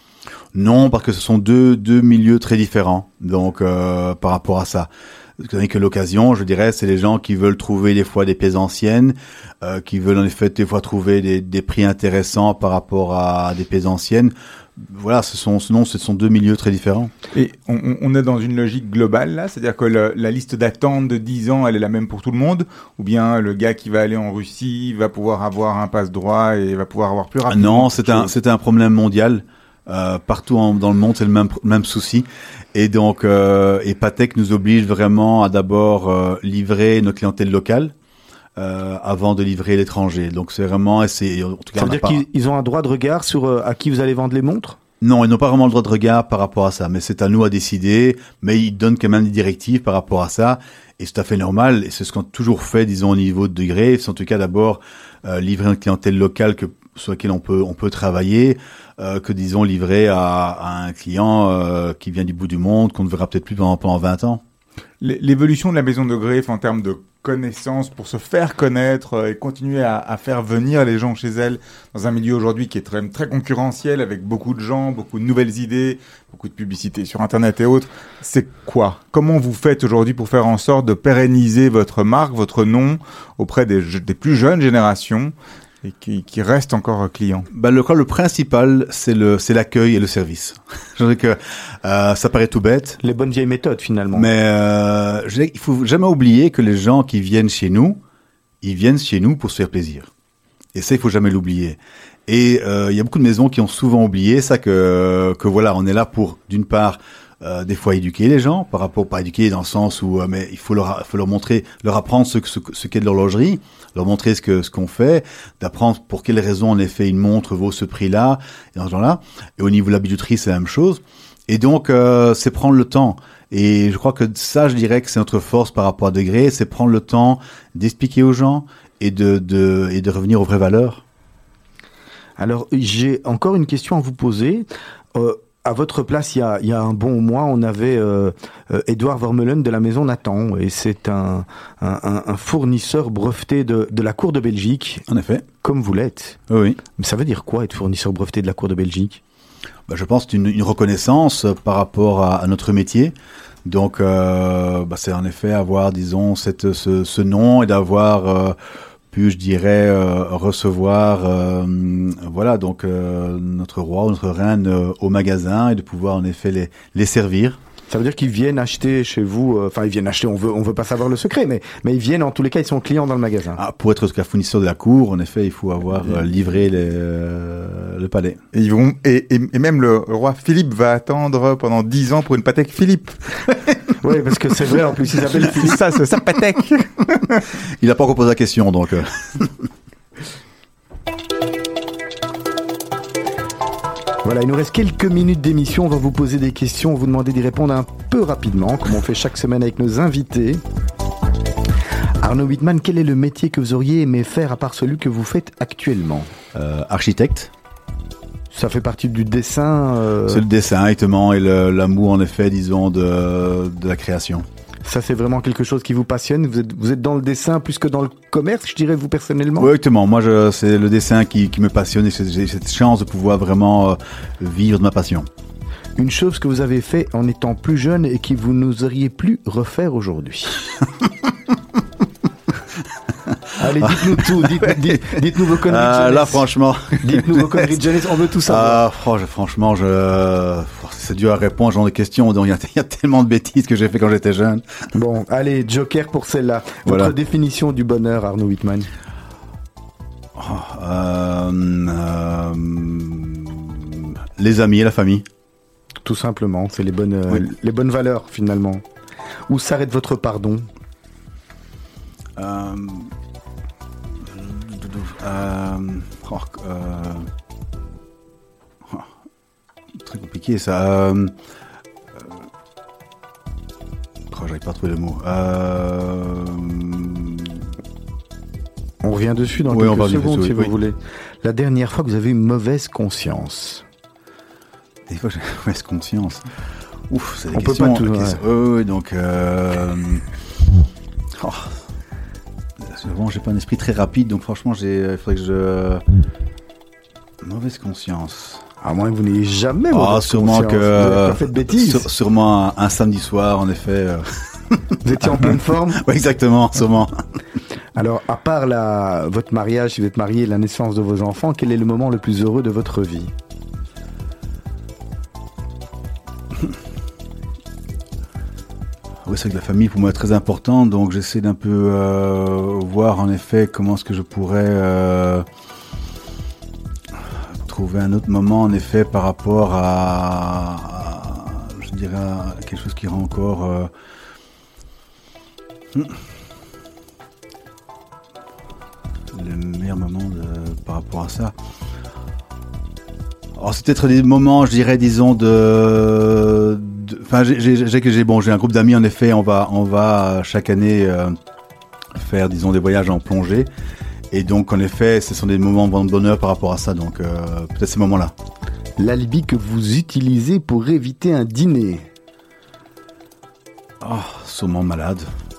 Non, parce que ce sont deux deux milieux très différents. Donc, euh, par rapport à ça. Que l'occasion, je dirais, c'est les gens qui veulent trouver des fois des pièces anciennes, euh, qui veulent en effet des fois trouver des, des prix intéressants par rapport à des pièces anciennes. Voilà, ce sont, sinon, ce sont deux milieux très différents. Et on, on est dans une logique globale là, c'est-à-dire que le, la liste d'attente de dix ans, elle est la même pour tout le monde, ou bien le gars qui va aller en Russie va pouvoir avoir un passe-droit et va pouvoir avoir plus rapidement? Non, c'est un, c'est un problème mondial. Euh, partout en, dans le monde, c'est le même, même souci. Et donc, euh, et Patek nous oblige vraiment à d'abord euh, livrer notre clientèle locale euh, avant de livrer l'étranger. Donc, c'est vraiment, c'est en tout cas. Ça veut dire pas... qu'ils ont un droit de regard sur euh, à qui vous allez vendre les montres? Non, ils n'ont pas vraiment le droit de regard par rapport à ça, mais c'est à nous à décider. Mais ils donnent quand même des directives par rapport à ça, et c'est tout à fait normal. Et c'est ce qu'on a toujours fait, disons, au niveau de degré. C'est en tout cas d'abord euh, livrer une clientèle locale que sur laquelle on peut on peut travailler, euh, que disons livrer à, à un client euh, qui vient du bout du monde, qu'on ne verra peut-être plus pendant pendant vingt ans. L'évolution de la maison de greffe en termes de connaissances pour se faire connaître et continuer à, à faire venir les gens chez elle dans un milieu aujourd'hui qui est très, très concurrentiel avec beaucoup de gens, beaucoup de nouvelles idées, beaucoup de publicité sur Internet et autres. C'est quoi? Comment vous faites aujourd'hui pour faire en sorte de pérenniser votre marque, votre nom auprès des, des plus jeunes générations et qui, qui reste encore client? Ben le, le principal, c'est le, c'est l'accueil et le service. Je dirais que euh, ça paraît tout bête. Les bonnes vieilles méthodes finalement. Mais euh, je dirais qu'il faut jamais oublier que les gens qui viennent chez nous, ils viennent chez nous pour se faire plaisir. Et ça, il faut jamais l'oublier. Et euh, il y a beaucoup de maisons qui ont souvent oublié ça, que que voilà, on est là pour d'une part Euh, des fois éduquer les gens par rapport, pas éduquer dans le sens où, euh, mais il faut leur, faut leur montrer, leur apprendre ce, ce, ce qu'est de l'horlogerie, leur montrer ce que, ce qu'on fait, d'apprendre pour quelles raisons en effet une montre vaut ce prix-là, et dans ce genre-là. Et au niveau de la bijouterie, c'est la même chose. Et donc, euh, c'est prendre le temps. Et je crois que ça, je dirais que c'est notre force par rapport à Degré, c'est prendre le temps d'expliquer aux gens et de, de, et de revenir aux vraies valeurs. Alors, j'ai encore une question à vous poser. Euh, À votre place, il y a, il y a un bon mois, on avait euh, euh, Edouard Vermeulen de la Maison Nathan, et c'est un, un, un fournisseur breveté de, de la Cour de Belgique. En effet. Comme vous l'êtes. Oui. Mais ça veut dire quoi, être fournisseur breveté de la Cour de Belgique ? Bah, je pense que c'est une, une reconnaissance par rapport à, à notre métier. Donc, euh, bah, c'est en effet avoir, disons, cette, ce, ce nom et d'avoir... Euh, pu, je dirais, euh, recevoir, euh, voilà, donc euh, notre roi, notre reine euh, au magasin et de pouvoir en effet les, les servir. Ça veut dire qu'ils viennent acheter chez vous, enfin euh, ils viennent acheter, on veut, on veut pas savoir le secret, mais, mais ils viennent en tous les cas, ils sont clients dans le magasin. Ah, pour être le fournisseur de la cour, en effet, il faut avoir euh, livré les, euh, le palais. Et, ils vont, et, et, et même le roi Philippe va attendre pendant dix ans pour une Patek Philippe. Oui, parce que c'est vrai, en plus, il s'appelle Philippe. Ça, c'est sa Patek. Il n'a pas encore posé la question, donc... Euh. Voilà, il nous reste quelques minutes d'émission. On va vous poser des questions, vous demander d'y répondre un peu rapidement, comme on fait chaque semaine avec nos invités. Arnaud Wittmann, quel est le métier que vous auriez aimé faire à part celui que vous faites actuellement ? euh, Architecte. Ça fait partie du dessin euh... C'est le dessin, exactement, et le, l'amour, en effet, disons, de, de la création. Ça, c'est vraiment quelque chose qui vous passionne ? Vous êtes, vous êtes dans le dessin plus que dans le commerce, je dirais, vous, personnellement ? Oui, exactement. Moi, je, c'est le dessin qui, qui me passionne et j'ai cette chance de pouvoir vraiment euh, vivre de ma passion. Une chose que vous avez fait en étant plus jeune et qui vous n'oseriez plus refaire aujourd'hui. Allez, dites-nous tout, dites, dites, dites-nous vos conneries de euh, jeunesse. Là, franchement... Dites-nous vos conneries de jeunesse, on veut tout savoir. Ah, franchement, je... c'est dur à répondre à ce genre de questions. Il y, a, il y a tellement de bêtises que j'ai fait quand j'étais jeune. Bon, allez, Joker pour celle-là. Votre Voilà. définition du bonheur, Arnaud Wittmann. Oh, euh, euh, les amis et la famille. Tout simplement, c'est les bonnes, Oui. euh, les bonnes valeurs, finalement. Où s'arrête votre pardon ? Euh, euh, oh, euh, oh, très compliqué ça. Euh, euh, oh, j'arrive pas à trouver le mot. Euh, On revient dessus dans Oui, on quelques va revenir secondes, dessus, si oui. vous voulez. La dernière fois que vous avez eu mauvaise conscience. des fois, j'ai mauvaise conscience. Ouf, c'est des On peut questions. pas tout, ok, ouais. c'est- oui, oui, donc. Euh, oh, souvent, j'ai pas un esprit très rapide, donc franchement, j'ai, il faudrait que je. Mauvaise conscience. À moins que vous n'ayez jamais Ah, mauvaise sûrement conscience. que. Vous avez pas fait de bêtises. Sur- sûrement un, un samedi soir, en effet. euh. Vous étiez en pleine forme. Ouais, exactement, sûrement. Alors, à part la, votre mariage, si vous êtes marié, la naissance de vos enfants, quel est le moment le plus heureux de votre vie ? Oui, c'est vrai que la famille, pour moi, est très importante, donc j'essaie d'un peu euh, voir, en effet, comment est-ce que je pourrais euh, trouver un autre moment, en effet, par rapport à, à je dirais, à quelque chose qui rend encore... Euh, hmm. le meilleur moment de, par rapport à ça. Alors, c'est peut-être des moments, je dirais, disons, de... Enfin, j'ai, j'ai, j'ai, j'ai, bon, j'ai un groupe d'amis, en effet, on va, on va chaque année euh, faire, disons, des voyages en plongée. Et donc, en effet, ce sont des moments de bonheur par rapport à ça. Donc, euh, peut-être ces moments-là. L'alibi que vous utilisez pour éviter un dîner ? Oh, sûrement malade.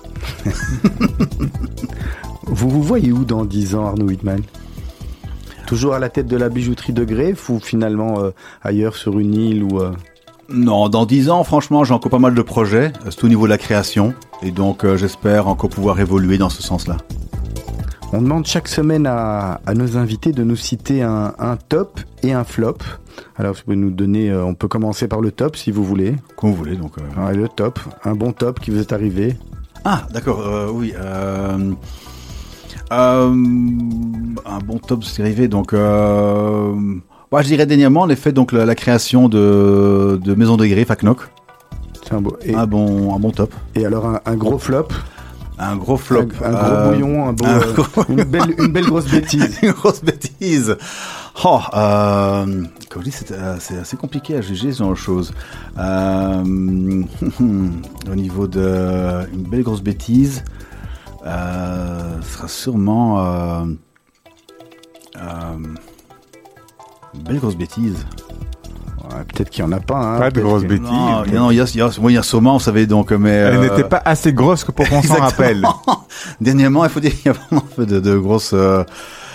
Vous vous voyez où dans dix ans, Arnaud Wittmann ? Toujours à la tête de la bijouterie de Greff ou finalement euh, ailleurs sur une île ou euh... Non, dans dix ans, franchement, j'ai encore pas mal de projets, euh, c'est au niveau de la création. Et donc, euh, j'espère encore pouvoir évoluer dans ce sens-là. On demande chaque semaine à, à nos invités de nous citer un, un top et un flop. Alors, vous pouvez nous donner, euh, on peut commencer par le top si vous voulez. Comme vous voulez, donc... Euh... Ouais, le top, un bon top qui vous est arrivé. Ah, d'accord, euh, oui. Euh... Euh, un bon top, c'est arrivé. Donc, euh, ouais, je dirais dernièrement, en effet, donc la, la création de, de Maison de Greff à Knock. Un, beau, et, un bon, un bon top. Et alors un, un gros flop. Un gros flop. Un, un gros euh, bouillon, un beau, un euh, gros... une belle, une belle grosse bêtise. Une grosse bêtise. Oh, euh, comme je dis, c'est, euh, c'est assez compliqué à juger ce genre de choses. Euh, au niveau de une belle grosse bêtise, euh, ce sera sûrement euh, euh, une belle grosse bêtise. Ouais, peut-être qu'il n'y en a pas. Hein, pas de grosses bêtises. Non, il y a, il y a, il y a, il y a sûrement, vous savez, donc, mais... Elle euh, n'était pas assez grosse que pour qu'on s'en rappelle. Dernièrement, il faut dire qu'il y a vraiment un peu de, de grosses... Euh,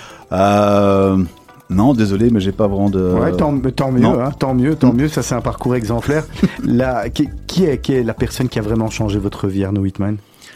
euh, non, désolé, mais j'ai pas vraiment de... Ouais, tant, tant mieux, hein, tant mieux, tant mieux. Ça, c'est un parcours exemplaire. La, qui, qui, est, qui est la personne qui a vraiment changé votre vie, Arnaud Wittmann?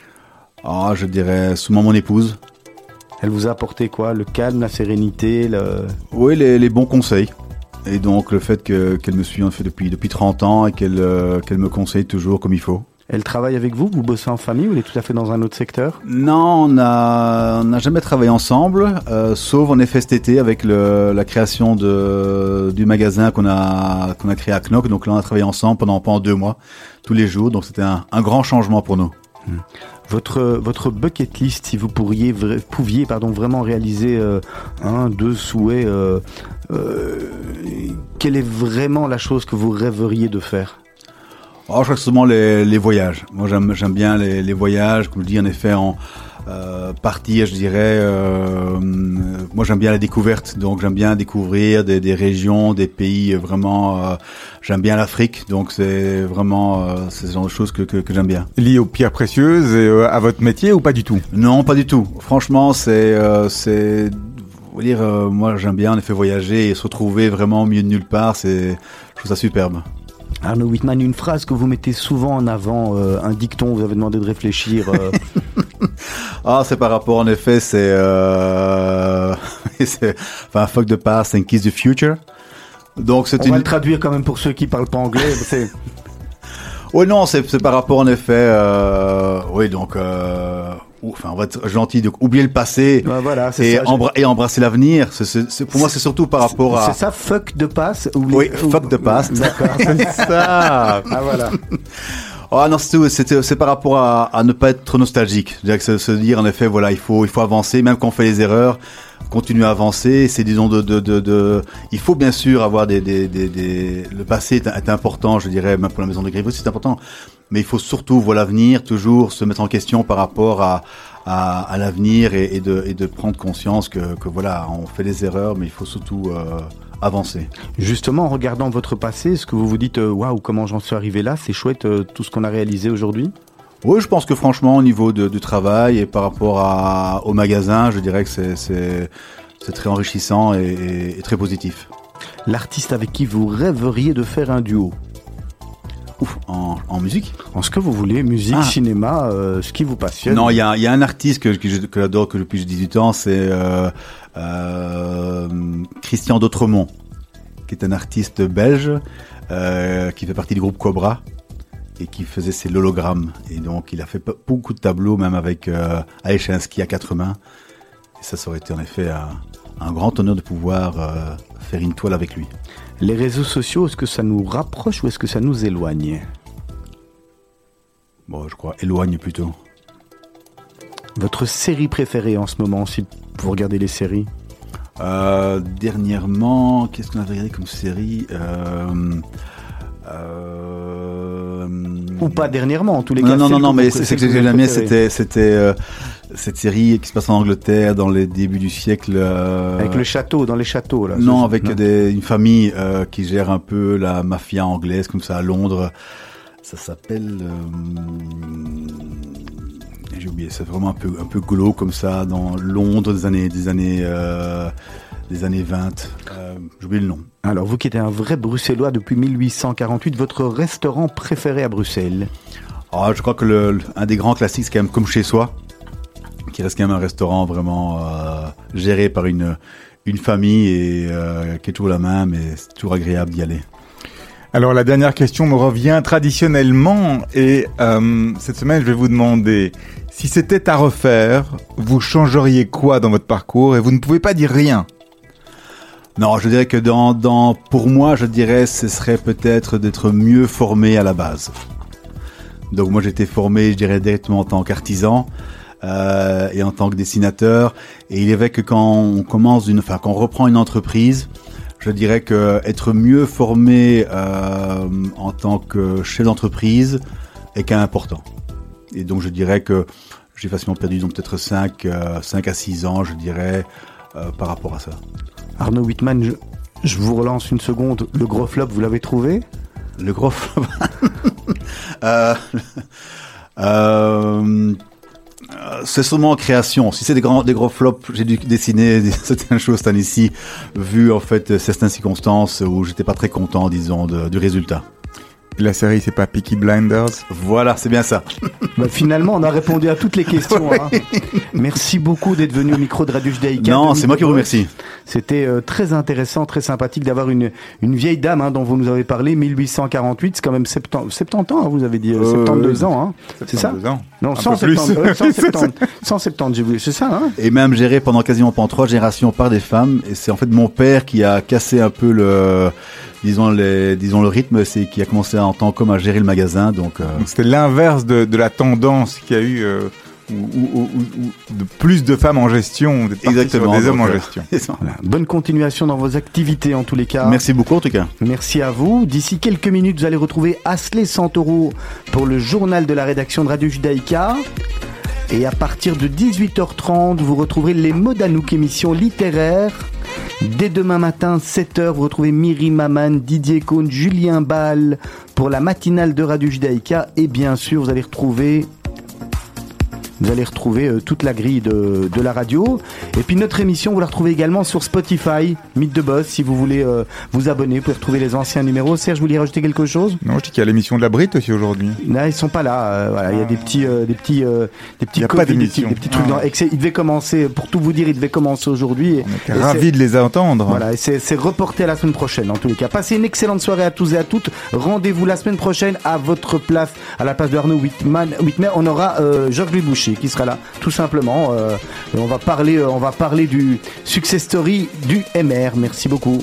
Ah, je dirais sûrement mon épouse. Elle vous a apporté quoi? Le calme, la sérénité, le... Oui, les, les bons conseils. Et donc le fait que, qu'elle me suit en fait depuis, depuis trente ans et qu'elle, euh, qu'elle me conseille toujours comme il faut. Elle travaille avec vous? Vous bossez en famille ou elle est tout à fait dans un autre secteur? Non, on a, on n'a jamais travaillé ensemble, euh, sauf en effet cet été avec le, la création de, du magasin qu'on a, qu'on a créé à Knock. Donc là, on a travaillé ensemble pendant, pendant deux mois, tous les jours. Donc c'était un, un grand changement pour nous. Mmh. Votre, votre bucket list, si vous pourriez, pouviez pardon, vraiment réaliser euh, un, deux souhaits, euh, euh, quelle est vraiment la chose que vous rêveriez de faire? Oh, je crois que c'est souvent les, les voyages. Moi, j'aime, j'aime bien les, les voyages, comme je dis, en effet, en euh, partir, je dirais. Euh, moi, j'aime bien la découverte, donc j'aime bien découvrir des, des régions, des pays. Vraiment, euh, j'aime bien l'Afrique, donc c'est vraiment euh, c'est ce genre de choses que, que, que j'aime bien. Lié aux pierres précieuses et euh, à votre métier ou pas du tout? Non, pas du tout. Franchement, c'est euh, c'est vous dire, euh, moi, j'aime bien en effet voyager et se retrouver vraiment au milieu de nulle part. C'est, je trouve ça superbe. Arnaud Wittmann, une phrase que vous mettez souvent en avant, euh, un dicton, vous avez demandé de réfléchir. Euh... ah, c'est par rapport, en effet, c'est, euh... c'est enfin, fuck the past and kiss the future. Donc, c'est On une... va le traduire quand même pour ceux qui parlent pas anglais. C'est... Oui, non, c'est, c'est par rapport, en effet, euh... oui, donc, euh... enfin, on va être gentil, donc oublier le passé ouais, voilà, c'est et, ça, embra- et embrasser l'avenir. C'est, c'est, c'est, pour moi, c'est surtout par rapport à... C'est ça, fuck the past ou... Oui, fuck the past. D'accord, c'est ça. Ah, voilà. Ah non, c'est, c'est, c'est par rapport à, à ne pas être trop nostalgique. C'est-à-dire que se, se dire, en effet, voilà, il faut, il faut avancer, même quand on fait les erreurs, continuer à avancer. C'est, disons, de, de, de, de, il faut bien sûr avoir des, des, des, des... le passé est, est important, je dirais, même pour la maison de Griffe, c'est important. Mais il faut surtout voir l'avenir, toujours se mettre en question par rapport à, à, à l'avenir et, et de, et de prendre conscience que, que voilà, on fait des erreurs, mais il faut surtout euh, avancer. Justement, en regardant votre passé, est-ce que vous vous dites, waouh, comment j'en suis arrivé là? C'est chouette euh, tout ce qu'on a réalisé aujourd'hui? Oui, je pense que franchement, au niveau de, du travail et par rapport à, au magasin, je dirais que c'est, c'est, c'est très enrichissant et, et, et très positif. L'artiste avec qui vous rêveriez de faire un duo? Ouf, en, en musique? En ce que vous voulez, musique, ah. cinéma, euh, ce qui vous passionne. Non, il y a, y a un artiste que, que, je, que j'adore que depuis dix-huit ans, c'est euh, euh, Christian d'Autremont, qui est un artiste belge euh, qui fait partie du groupe Cobra et qui faisait ses hologrammes. Et donc, il a fait beaucoup de tableaux, même avec euh, Aïchinsky à quatre mains. Et ça, ça aurait été en effet un, un grand honneur de pouvoir euh, faire une toile avec lui. Les réseaux sociaux, est-ce que ça nous rapproche ou est-ce que ça nous éloigne? Bon, je crois éloigne plutôt. Votre série préférée en ce moment, si vous regardez les séries? euh, Dernièrement, qu'est-ce qu'on a regardé comme série euh, euh, Ou pas dernièrement, en tous les non, cas. Non, non, non, mais c'est, c'est que j'ai jamais, c'était, c'était euh, cette série qui se passe en Angleterre dans les débuts du siècle. Euh... Avec le château, dans les châteaux, là. Non, ce... avec non. Des, une famille euh, qui gère un peu la mafia anglaise, comme ça, à Londres. Ça s'appelle... Euh... J'ai oublié, c'est vraiment un peu, un peu glauque, comme ça, dans Londres des années, des années, euh, des années vingt. Euh, j'ai oublié le nom. Alors, vous qui êtes un vrai Bruxellois depuis mille huit cent quarante-huit, votre restaurant préféré à Bruxelles? Ah, je crois que le, un des grands classiques, c'est quand même Comme Chez Soi, qui reste quand même un restaurant vraiment euh, géré par une, une famille et euh, qui est toujours la même, et c'est toujours agréable d'y aller. Alors la dernière question me revient traditionnellement et euh, cette semaine je vais vous demander si c'était à refaire, vous changeriez quoi dans votre parcours et vous ne pouvez pas dire rien. Non, je dirais que dans, dans, pour moi, je dirais ce serait peut-être d'être mieux formé à la base. Donc moi, j'ai été formé, je dirais, directement en tant qu'artisan. Euh, et en tant que dessinateur, et il est vrai que quand on commence une, enfin quand on reprend une entreprise, je dirais que être mieux formé euh, en tant que chef d'entreprise est quand même important. Et donc je dirais que j'ai facilement perdu donc peut-être cinq à six ans, je dirais, euh, par rapport à ça. Arnaud Wittmann, je, je vous relance une seconde. Le gros flop, vous l'avez trouvé ? Le gros flop. euh, euh, C'est sûrement en création. Si c'est des grands, des gros flops, j'ai dû dessiner certaines choses cette année-ci, vu en fait certaines circonstances où j'étais pas très content, disons, de, du résultat. La série, c'est pas Peaky Blinders? Voilà, c'est bien ça. Bah, finalement, on a répondu à toutes les questions. Oui. Hein. Merci beaucoup d'être venu au micro de Radio Judaïka. Non, c'est moi qui vous remercie. C'était euh, très intéressant, très sympathique d'avoir une, une vieille dame hein, dont vous nous avez parlé, mille huit cent quarante-huit, c'est quand même soixante-dix, soixante-dix ans, hein, vous avez dit, euh, soixante-douze ans, hein, c'est ça ans. Non, cent soixante-dix, euh, cent soixante-dix, cent soixante-dix, j'ai voulu, c'est ça. Hein. Et même géré pendant quasiment pendant trois générations par des femmes, et c'est en fait mon père qui a cassé un peu le... Disons, les, disons le rythme, c'est qui a commencé en tant qu'homme à gérer le magasin. Donc, euh... donc c'était l'inverse de, de la tendance qu'il y a eu euh, où, où, où, où de plus de femmes en gestion, exactement, sur des donc, hommes en euh, gestion. Voilà. Bonne continuation dans vos activités en tous les cas. Merci beaucoup en tout cas. Merci à vous. D'ici quelques minutes, vous allez retrouver Asley Santoro pour le journal de la rédaction de Radio Judaïka. Et à partir de dix-huit heures trente, vous retrouverez les mots d'Anouk, émission littéraire. Dès demain matin, sept heures, vous retrouvez Myri Maman, Didier Cohn, Julien Ball pour la matinale de Radio Judaïka. Et bien sûr, vous allez retrouver... Vous allez retrouver euh, toute la grille de, de la radio. Et puis notre émission, vous la retrouvez également sur Spotify, Mythe de Boss, si vous voulez euh, vous abonner. Vous pouvez retrouver les anciens numéros. Serge, vous voulez rajouter quelque chose ? Non, je dis qu'il y a l'émission de la Brite aussi aujourd'hui. Là, ils sont pas là. Euh, voilà, il y a des petits, euh, des petits, euh, des petits, il y a COVID, pas d'émission. des petits, des petits trucs. Ah. Dans, et que il devait commencer. Pour tout vous dire, il devait commencer aujourd'hui. Et, on était ravis de les entendre. Voilà, et c'est, c'est reporté à la semaine prochaine. En tous les cas, passez une excellente soirée à tous et à toutes. Rendez-vous la semaine prochaine à votre place, à la place de Arnaud Wittmann. Wittmann on aura euh, Georges-Louis Boucher qui sera là, tout simplement. Euh, et on va parler, euh, on va parler du success story du M R. Merci beaucoup.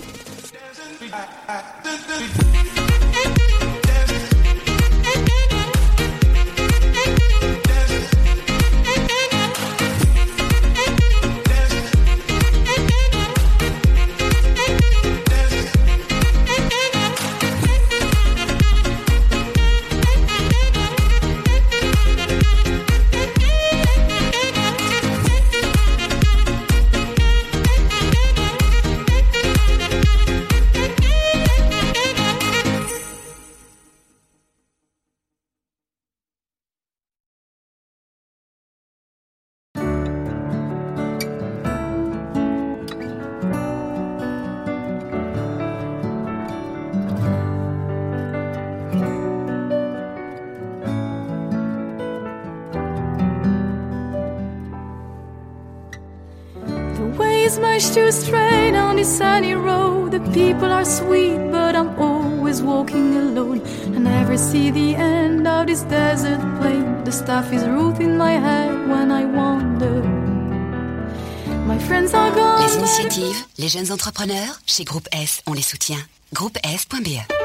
Much too straight on this sunny road. The people are sweet, but I'm always walking alone. I never see the end of this desert plain. The stuff is rooting my head when I wander. My friends are gone. Les initiatives, les jeunes entrepreneurs, chez Groupe S, on les soutient. groupe S point b e.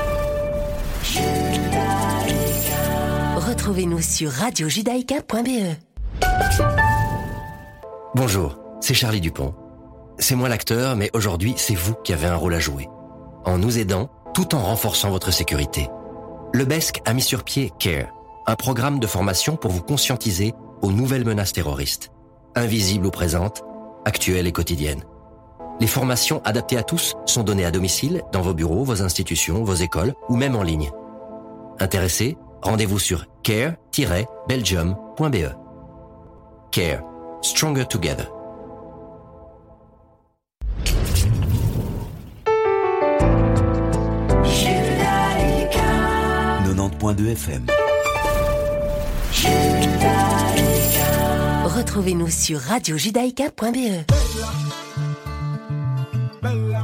Retrouvez-nous sur radio judaïka point b e. Bonjour, c'est Charlie Dupont. C'est moi l'acteur, mais aujourd'hui, c'est vous qui avez un rôle à jouer. En nous aidant, tout en renforçant votre sécurité. Le B E S C a mis sur pied CARE, un programme de formation pour vous conscientiser aux nouvelles menaces terroristes. Invisibles ou présentes, actuelles et quotidiennes. Les formations adaptées à tous sont données à domicile, dans vos bureaux, vos institutions, vos écoles ou même en ligne. Intéressés ? Rendez-vous sur care tiret belgium point b e. CARE, Stronger Together. quatre-vingt-dix point deux F M. Retrouvez-nous sur radio judaïka point b e. Bella,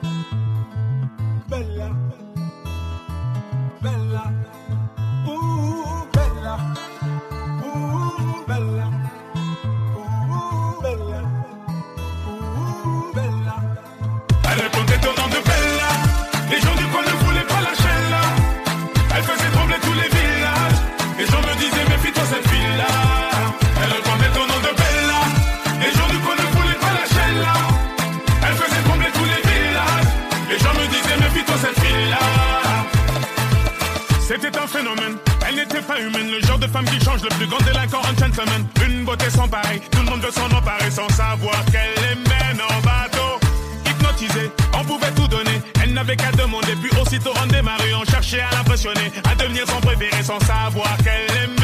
bella, bella, ooh, bella, ooh, bella, ooh, bella, ooh, bella. Elle répondait au nom de Bella. Les gens du coin ne voulaient pas lâcher là. Elle faisait trembler tous les villages. C'était un phénomène, elle n'était pas humaine. Le genre de femme qui change le plus grand délinquant en gentleman. Une beauté sans pareil, tout le monde veut s'en emparer sans savoir qu'elle les mène en bateau. Hypnotisée, on pouvait tout donner. Elle n'avait qu'à demander, puis aussitôt on démarrait. On cherchait à l'impressionner, à devenir son préféré sans savoir qu'elle les mène